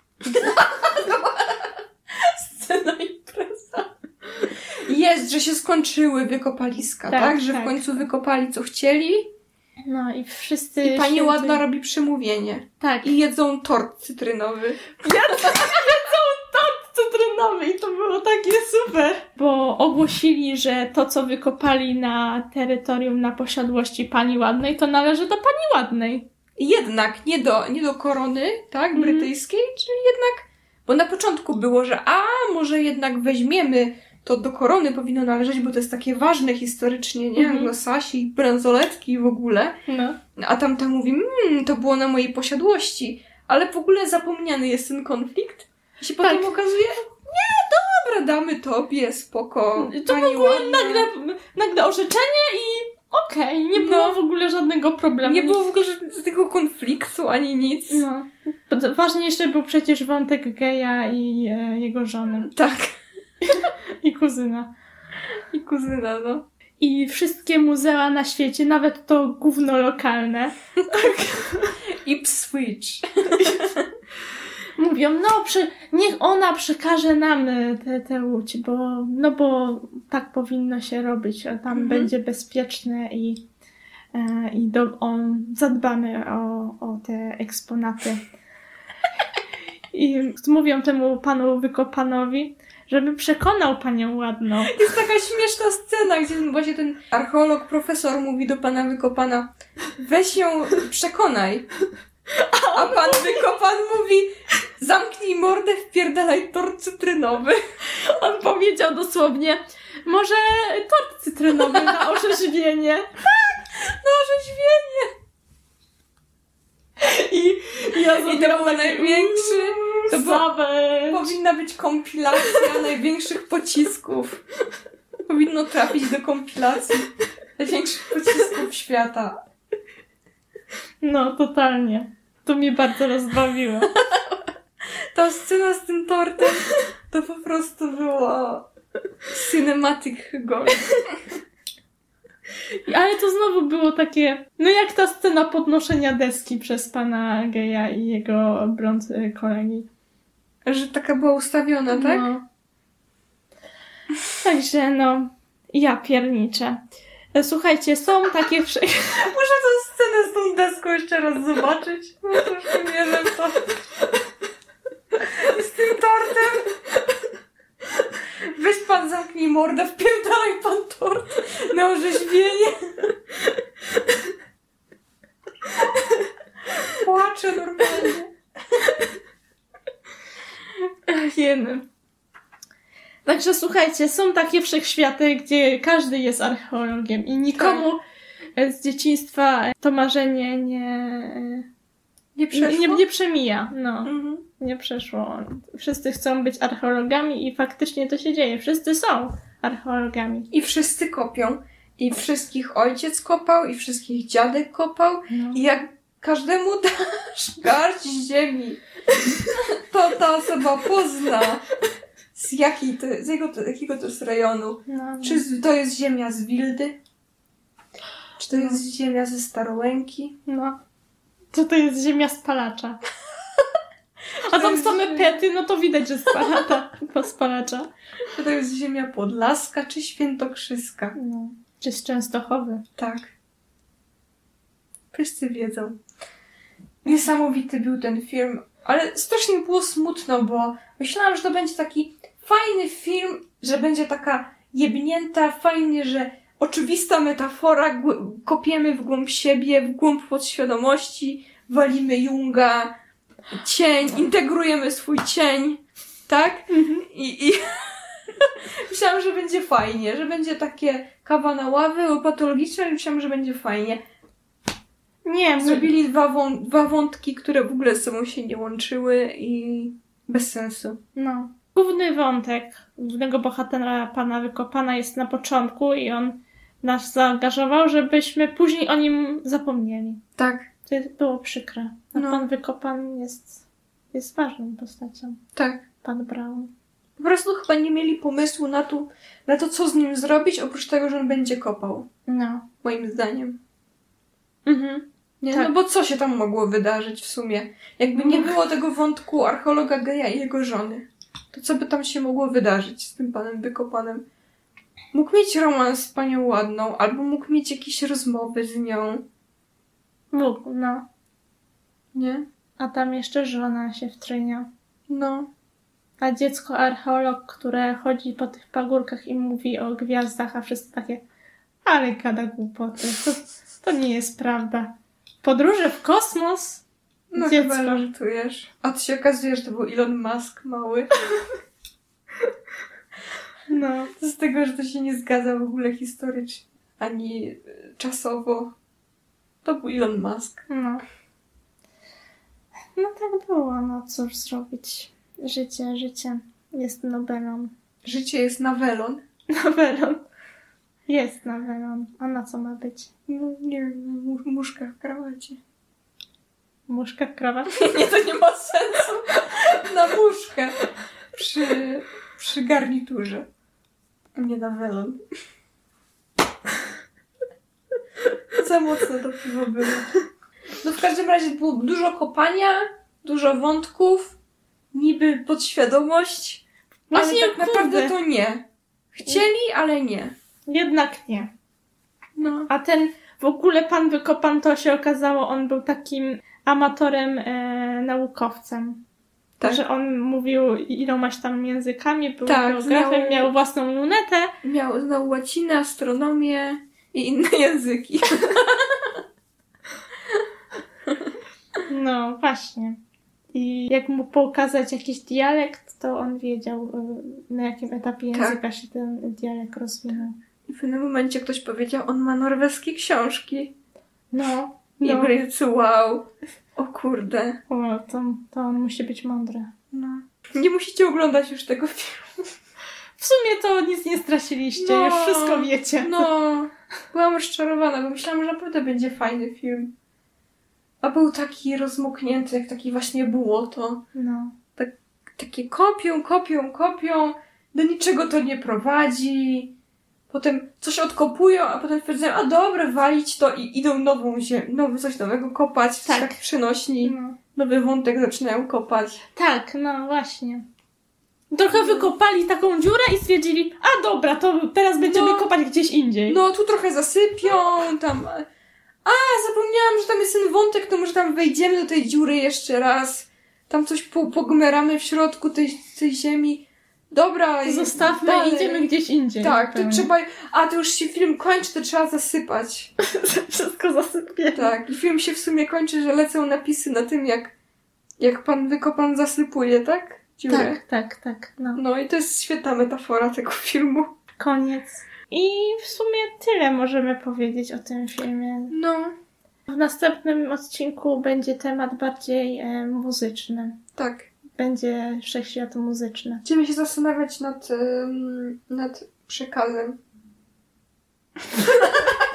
Scena impreza. Jest, że się skończyły wykopaliska, tak? Że w końcu wykopali co chcieli. No i wszyscy... I pani ładna robi przemówienie. Tak. I jedzą tort cytrynowy. Jedzą tort cytrynowy i to było takie super. Bo ogłosili, że to, co wykopali na terytorium, na posiadłości pani ładnej, to należy do pani ładnej. Jednak, nie do korony, tak? Brytyjskiej, czyli jednak... Bo na początku było, że może jednak weźmiemy, to do korony powinno należeć, bo to jest takie ważne historycznie, nie? Anglosasi, bransoletki w ogóle. No. A tamta mówi, to było na mojej posiadłości. Ale w ogóle zapomniany jest ten konflikt. I się potem okazuje, nie, dobra, damy tobie, spoko. To było nagle orzeczenie i okej, nie było w ogóle żadnego problemu. Nie było w ogóle żadnego konfliktu, ani nic. No. Ważniejszy był przecież wątek geja i jego żony. Tak. I kuzyna. No. I wszystkie muzea na świecie, nawet to gówno lokalne. Ipswich. Mówią, niech ona przekaże nam tę łódź, bo tak powinno się robić. Tam będzie bezpieczne i zadbamy o te eksponaty. I mówią temu panu Wykopanowi, żeby przekonał panią ładną. Jest taka śmieszna scena, gdzie właśnie ten archeolog, profesor mówi do pana Wykopana, weź ją, przekonaj. A pan Wykopan mówi, zamknij mordę, wpierdalaj tort cytrynowy. On powiedział dosłownie, może tort cytrynowy na orzeźwienie. Tak, na orzeźwienie. I to był największy... Powinna być kompilacja największych pocisków. Powinno trafić do kompilacji największych pocisków świata. No, totalnie. To mnie bardzo rozbawiło. Ta scena z tym tortem to po prostu było cinematic gold. Ale to znowu było takie, jak ta scena podnoszenia deski przez pana geja i jego blond kolegi. Że taka była ustawiona, tak? No. Także ja pierniczę. Słuchajcie, są takie... Muszę tę scenę z tą deską jeszcze raz zobaczyć. No to już nie wierzę w to. Z tym tortem. Weź pan, zamknij mordę, wpierdalaj pan tort na orzeźwienie. Płaczę normalnie. Jeny. Także słuchajcie, są takie wszechświaty, gdzie każdy jest archeologiem i nikomu z dzieciństwa to marzenie nie przemija. No. Nie przeszło. Wszyscy chcą być archeologami i faktycznie to się dzieje. Wszyscy są archeologami. I wszyscy kopią. I wszystkich ojciec kopał, i wszystkich dziadek kopał. I jak każdemu dasz garść ziemi to ta osoba pozna, z jakiego to jest rejonu. No. Czy to jest ziemia z Wildy? Czy to jest ziemia ze Starołęki? No. Co to jest ziemia spalacza? A tam same pety, no to widać, że spalacza. Czy to jest ziemia podlaska, czy świętokrzyska? No. Czy z Częstochowy? Tak. Wszyscy wiedzą. Niesamowity był ten film, ale strasznie było smutno, bo myślałam, że to będzie taki fajny film, że będzie taka jebnięta, fajnie, że oczywista metafora, kopiemy w głąb siebie, w głąb podświadomości, walimy Junga, cień, integrujemy swój cień, tak? I myślałam, że będzie fajnie, że będzie takie kawa na ławę, patologiczne, i myślałam, że będzie fajnie. Nie, Zrobili dwa wątki, które w ogóle z sobą się nie łączyły i bez sensu. No. Główny wątek głównego bohatera pana Wykopana jest na początku i on nas zaangażował, żebyśmy później o nim zapomnieli. Tak. To było przykre. A No. pan Wykopan jest ważną postacią. Tak. Pan Brown. Po prostu chyba nie mieli pomysłu na to, co z nim zrobić, oprócz tego, że on będzie kopał. No. Moim zdaniem. Mhm. Nie? Tak. No bo co się tam mogło wydarzyć w sumie? Jakby nie było tego wątku archeologa geja i jego żony, to co by tam się mogło wydarzyć z tym panem Wykopanem? Mógł mieć romans z panią Ładną, albo mógł mieć jakieś rozmowy z nią. Mógł, no. Nie? A tam jeszcze żona się wtrynia. No. A dziecko archeolog, które chodzi po tych pagórkach i mówi o gwiazdach, a wszyscy takie, ale gada głupoty. To nie jest prawda. Podróże w kosmos? No Dziecko. chyba żartujesz. A to się okazuje, że to był Elon Musk mały. No. Z tego, że to się nie zgadza w ogóle historycznie, ani czasowo. To był Elon Musk. No. No tak było, no cóż zrobić. Życie jest nowelą. Życie jest nawelon. Nowelą. Jest nowelą. A na co ma być? No, nie wiem, muszka w krawacie. Muszka w krawacie? Nie, to nie ma sensu. Na muszkę. Przy garniturze. A nie na welon. Za mocno to piwo było. No w każdym razie było dużo kopania, dużo wątków, niby podświadomość, Właśnie, ale tak naprawdę kurde. to nie. Chcieli, ale nie. Jednak nie. No. A ten w ogóle pan Wykopan, to się okazało, on był takim amatorem, naukowcem. Tak. Że on mówił ilomaś tam językami, był Tak, geografem, miał własną lunetę. Znał łacinę, astronomię i inne języki. No właśnie. I jak mu pokazać jakiś dialekt, to on wiedział, na jakim etapie języka się ten dialekt rozwinął. I w pewnym momencie ktoś powiedział, on ma norweskie książki. No. I No. byli tacy, wow. O kurde. O, to on musi być mądry. No. Nie musicie oglądać już tego filmu. W sumie to nic nie straciliście, No. już wszystko wiecie. No. Byłam rozczarowana, bo myślałam, że naprawdę będzie fajny film. A był taki rozmoknięty, jak taki właśnie błoto. No. Takie kopią, do niczego to nie prowadzi. Potem coś odkopują, a potem stwierdzają, a dobra, walić to i idą coś nowego kopać. Tak przynośni. No. Nowy wątek zaczynają kopać. Tak, no właśnie. Trochę wykopali taką dziurę i stwierdzili, a dobra, to teraz będziemy kopać gdzieś indziej. No, tu trochę zasypią, tam... A, zapomniałam, że tam jest ten wątek, to może tam wejdziemy do tej dziury jeszcze raz. Tam coś pogmeramy w środku tej ziemi. Dobra, Zostawmy dalej. i idziemy gdzieś indziej. Tak, to trzeba... A, to już się film kończy, to trzeba zasypać. Wszystko zasypie. Tak, i film się w sumie kończy, że lecą napisy na tym, jak pan Wykopan zasypuje, tak? Dziurę. Tak, no. No i to jest świetna metafora tego filmu. Koniec. I w sumie tyle możemy powiedzieć o tym filmie. No, W następnym odcinku będzie temat bardziej muzyczny. tak. Będzie wszechświat muzyczny. Będziemy się zastanawiać nad przekazem.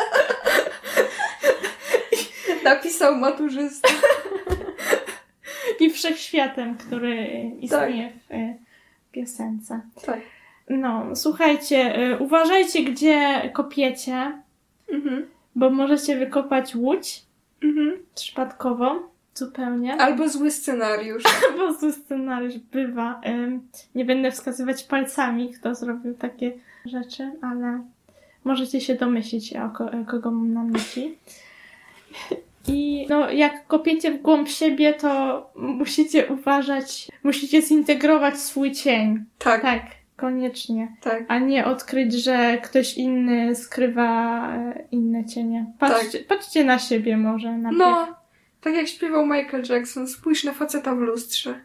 Napisał maturzysta. I wszechświatem, który istnieje w piosence. Tak. No, słuchajcie, uważajcie, gdzie kopiecie, bo możecie wykopać łódź przypadkowo, zupełnie. Albo zły scenariusz. Albo zły scenariusz bywa. Nie będę wskazywać palcami, kto zrobił takie rzeczy, ale możecie się domyślić, kogo mam na myśli. I no, jak kopiecie w głąb siebie, to musicie uważać, musicie zintegrować swój cień. Tak. Tak, koniecznie. Tak. A nie odkryć, że ktoś inny skrywa inne cienie. Patrzcie na siebie może najpierw. No, tak jak śpiewał Michael Jackson, spójrz na faceta w lustrze.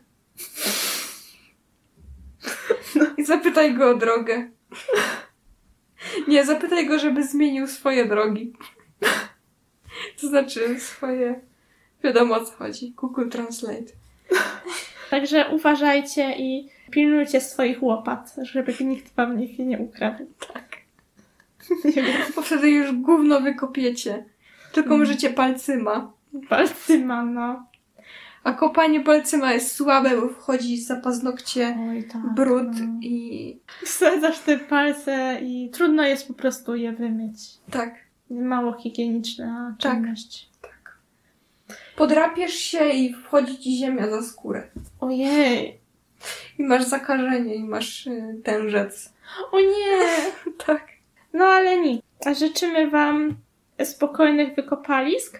No. I zapytaj go o drogę. Nie, zapytaj go, żeby zmienił swoje drogi. To znaczy swoje... Wiadomo, o co chodzi. Google Translate. Także uważajcie i pilnujcie swoich łopat, żeby nikt wam ich nie ukradł. Tak. Nie wiem. Bo wtedy już gówno wykopiecie. Tylko możecie palcyma. Palcyma, no. A kopanie palcyma jest słabe, bo wchodzi za paznokcie Oj, tak, brud no. i... Wsadzasz te palce i trudno jest po prostu je wymyć. Tak. Mało higieniczna Tak. czynność. Tak. Podrapiesz się i wchodzi ci ziemia za skórę. Ojej. I masz zakażenie, i masz tężec. O nie. Tak. No ale nic. A życzymy wam spokojnych wykopalisk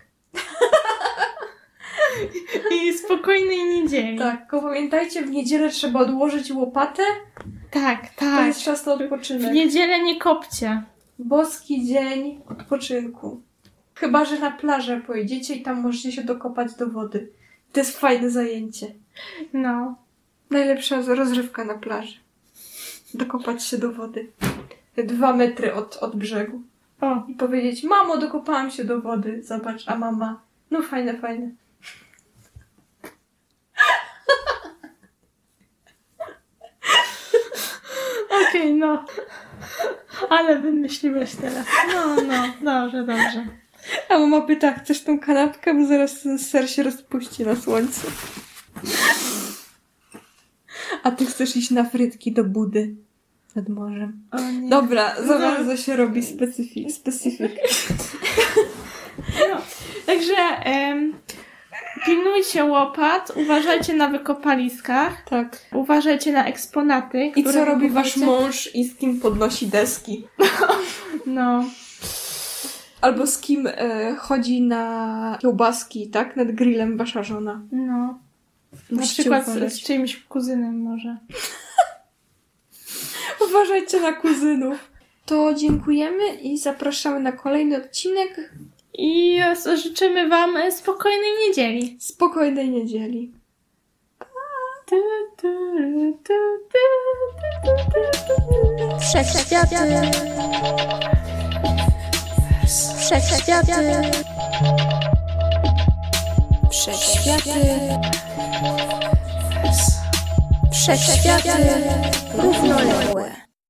i spokojnej niedzieli. Tak, tylko pamiętajcie, w niedzielę trzeba odłożyć łopatę. Tak, To tak. jest czas na W odpoczynek. niedzielę nie kopcie. Boski dzień odpoczynku. Chyba że na plażę pojedziecie i tam możecie się dokopać do wody. To jest fajne zajęcie. No. Najlepsza rozrywka na plaży. Dokopać się do wody. 2 metry od brzegu. O. I powiedzieć, mamo, dokopałam się do wody. Zobacz, a mama, no fajne, fajne. Okej, no. Ale wymyśliłeś teraz. No, dobrze. A mama pyta, chcesz tą kanapkę, bo zaraz ten ser się rozpuści na słońcu. A ty chcesz iść na frytki do Budy nad morzem. O nie. Dobra, za bardzo się robi specyfik. No. Także pilnujcie łopat, uważajcie na wykopaliskach, Tak. uważajcie na eksponaty. I które co robi wasz wykopujecie. mąż i z kim podnosi deski? No. Albo z kim chodzi na kiełbaski, tak? Nad grillem wasza żona. No. Na Musicie przykład uważać. z czyimś kuzynem może. Uważajcie na kuzynów. To dziękujemy i zapraszamy na kolejny odcinek. I życzymy wam spokojnej niedzieli. Spokojnej niedzieli. Wszechświaty. Wszechświaty. Wszechświaty. Wszechświaty równoległe.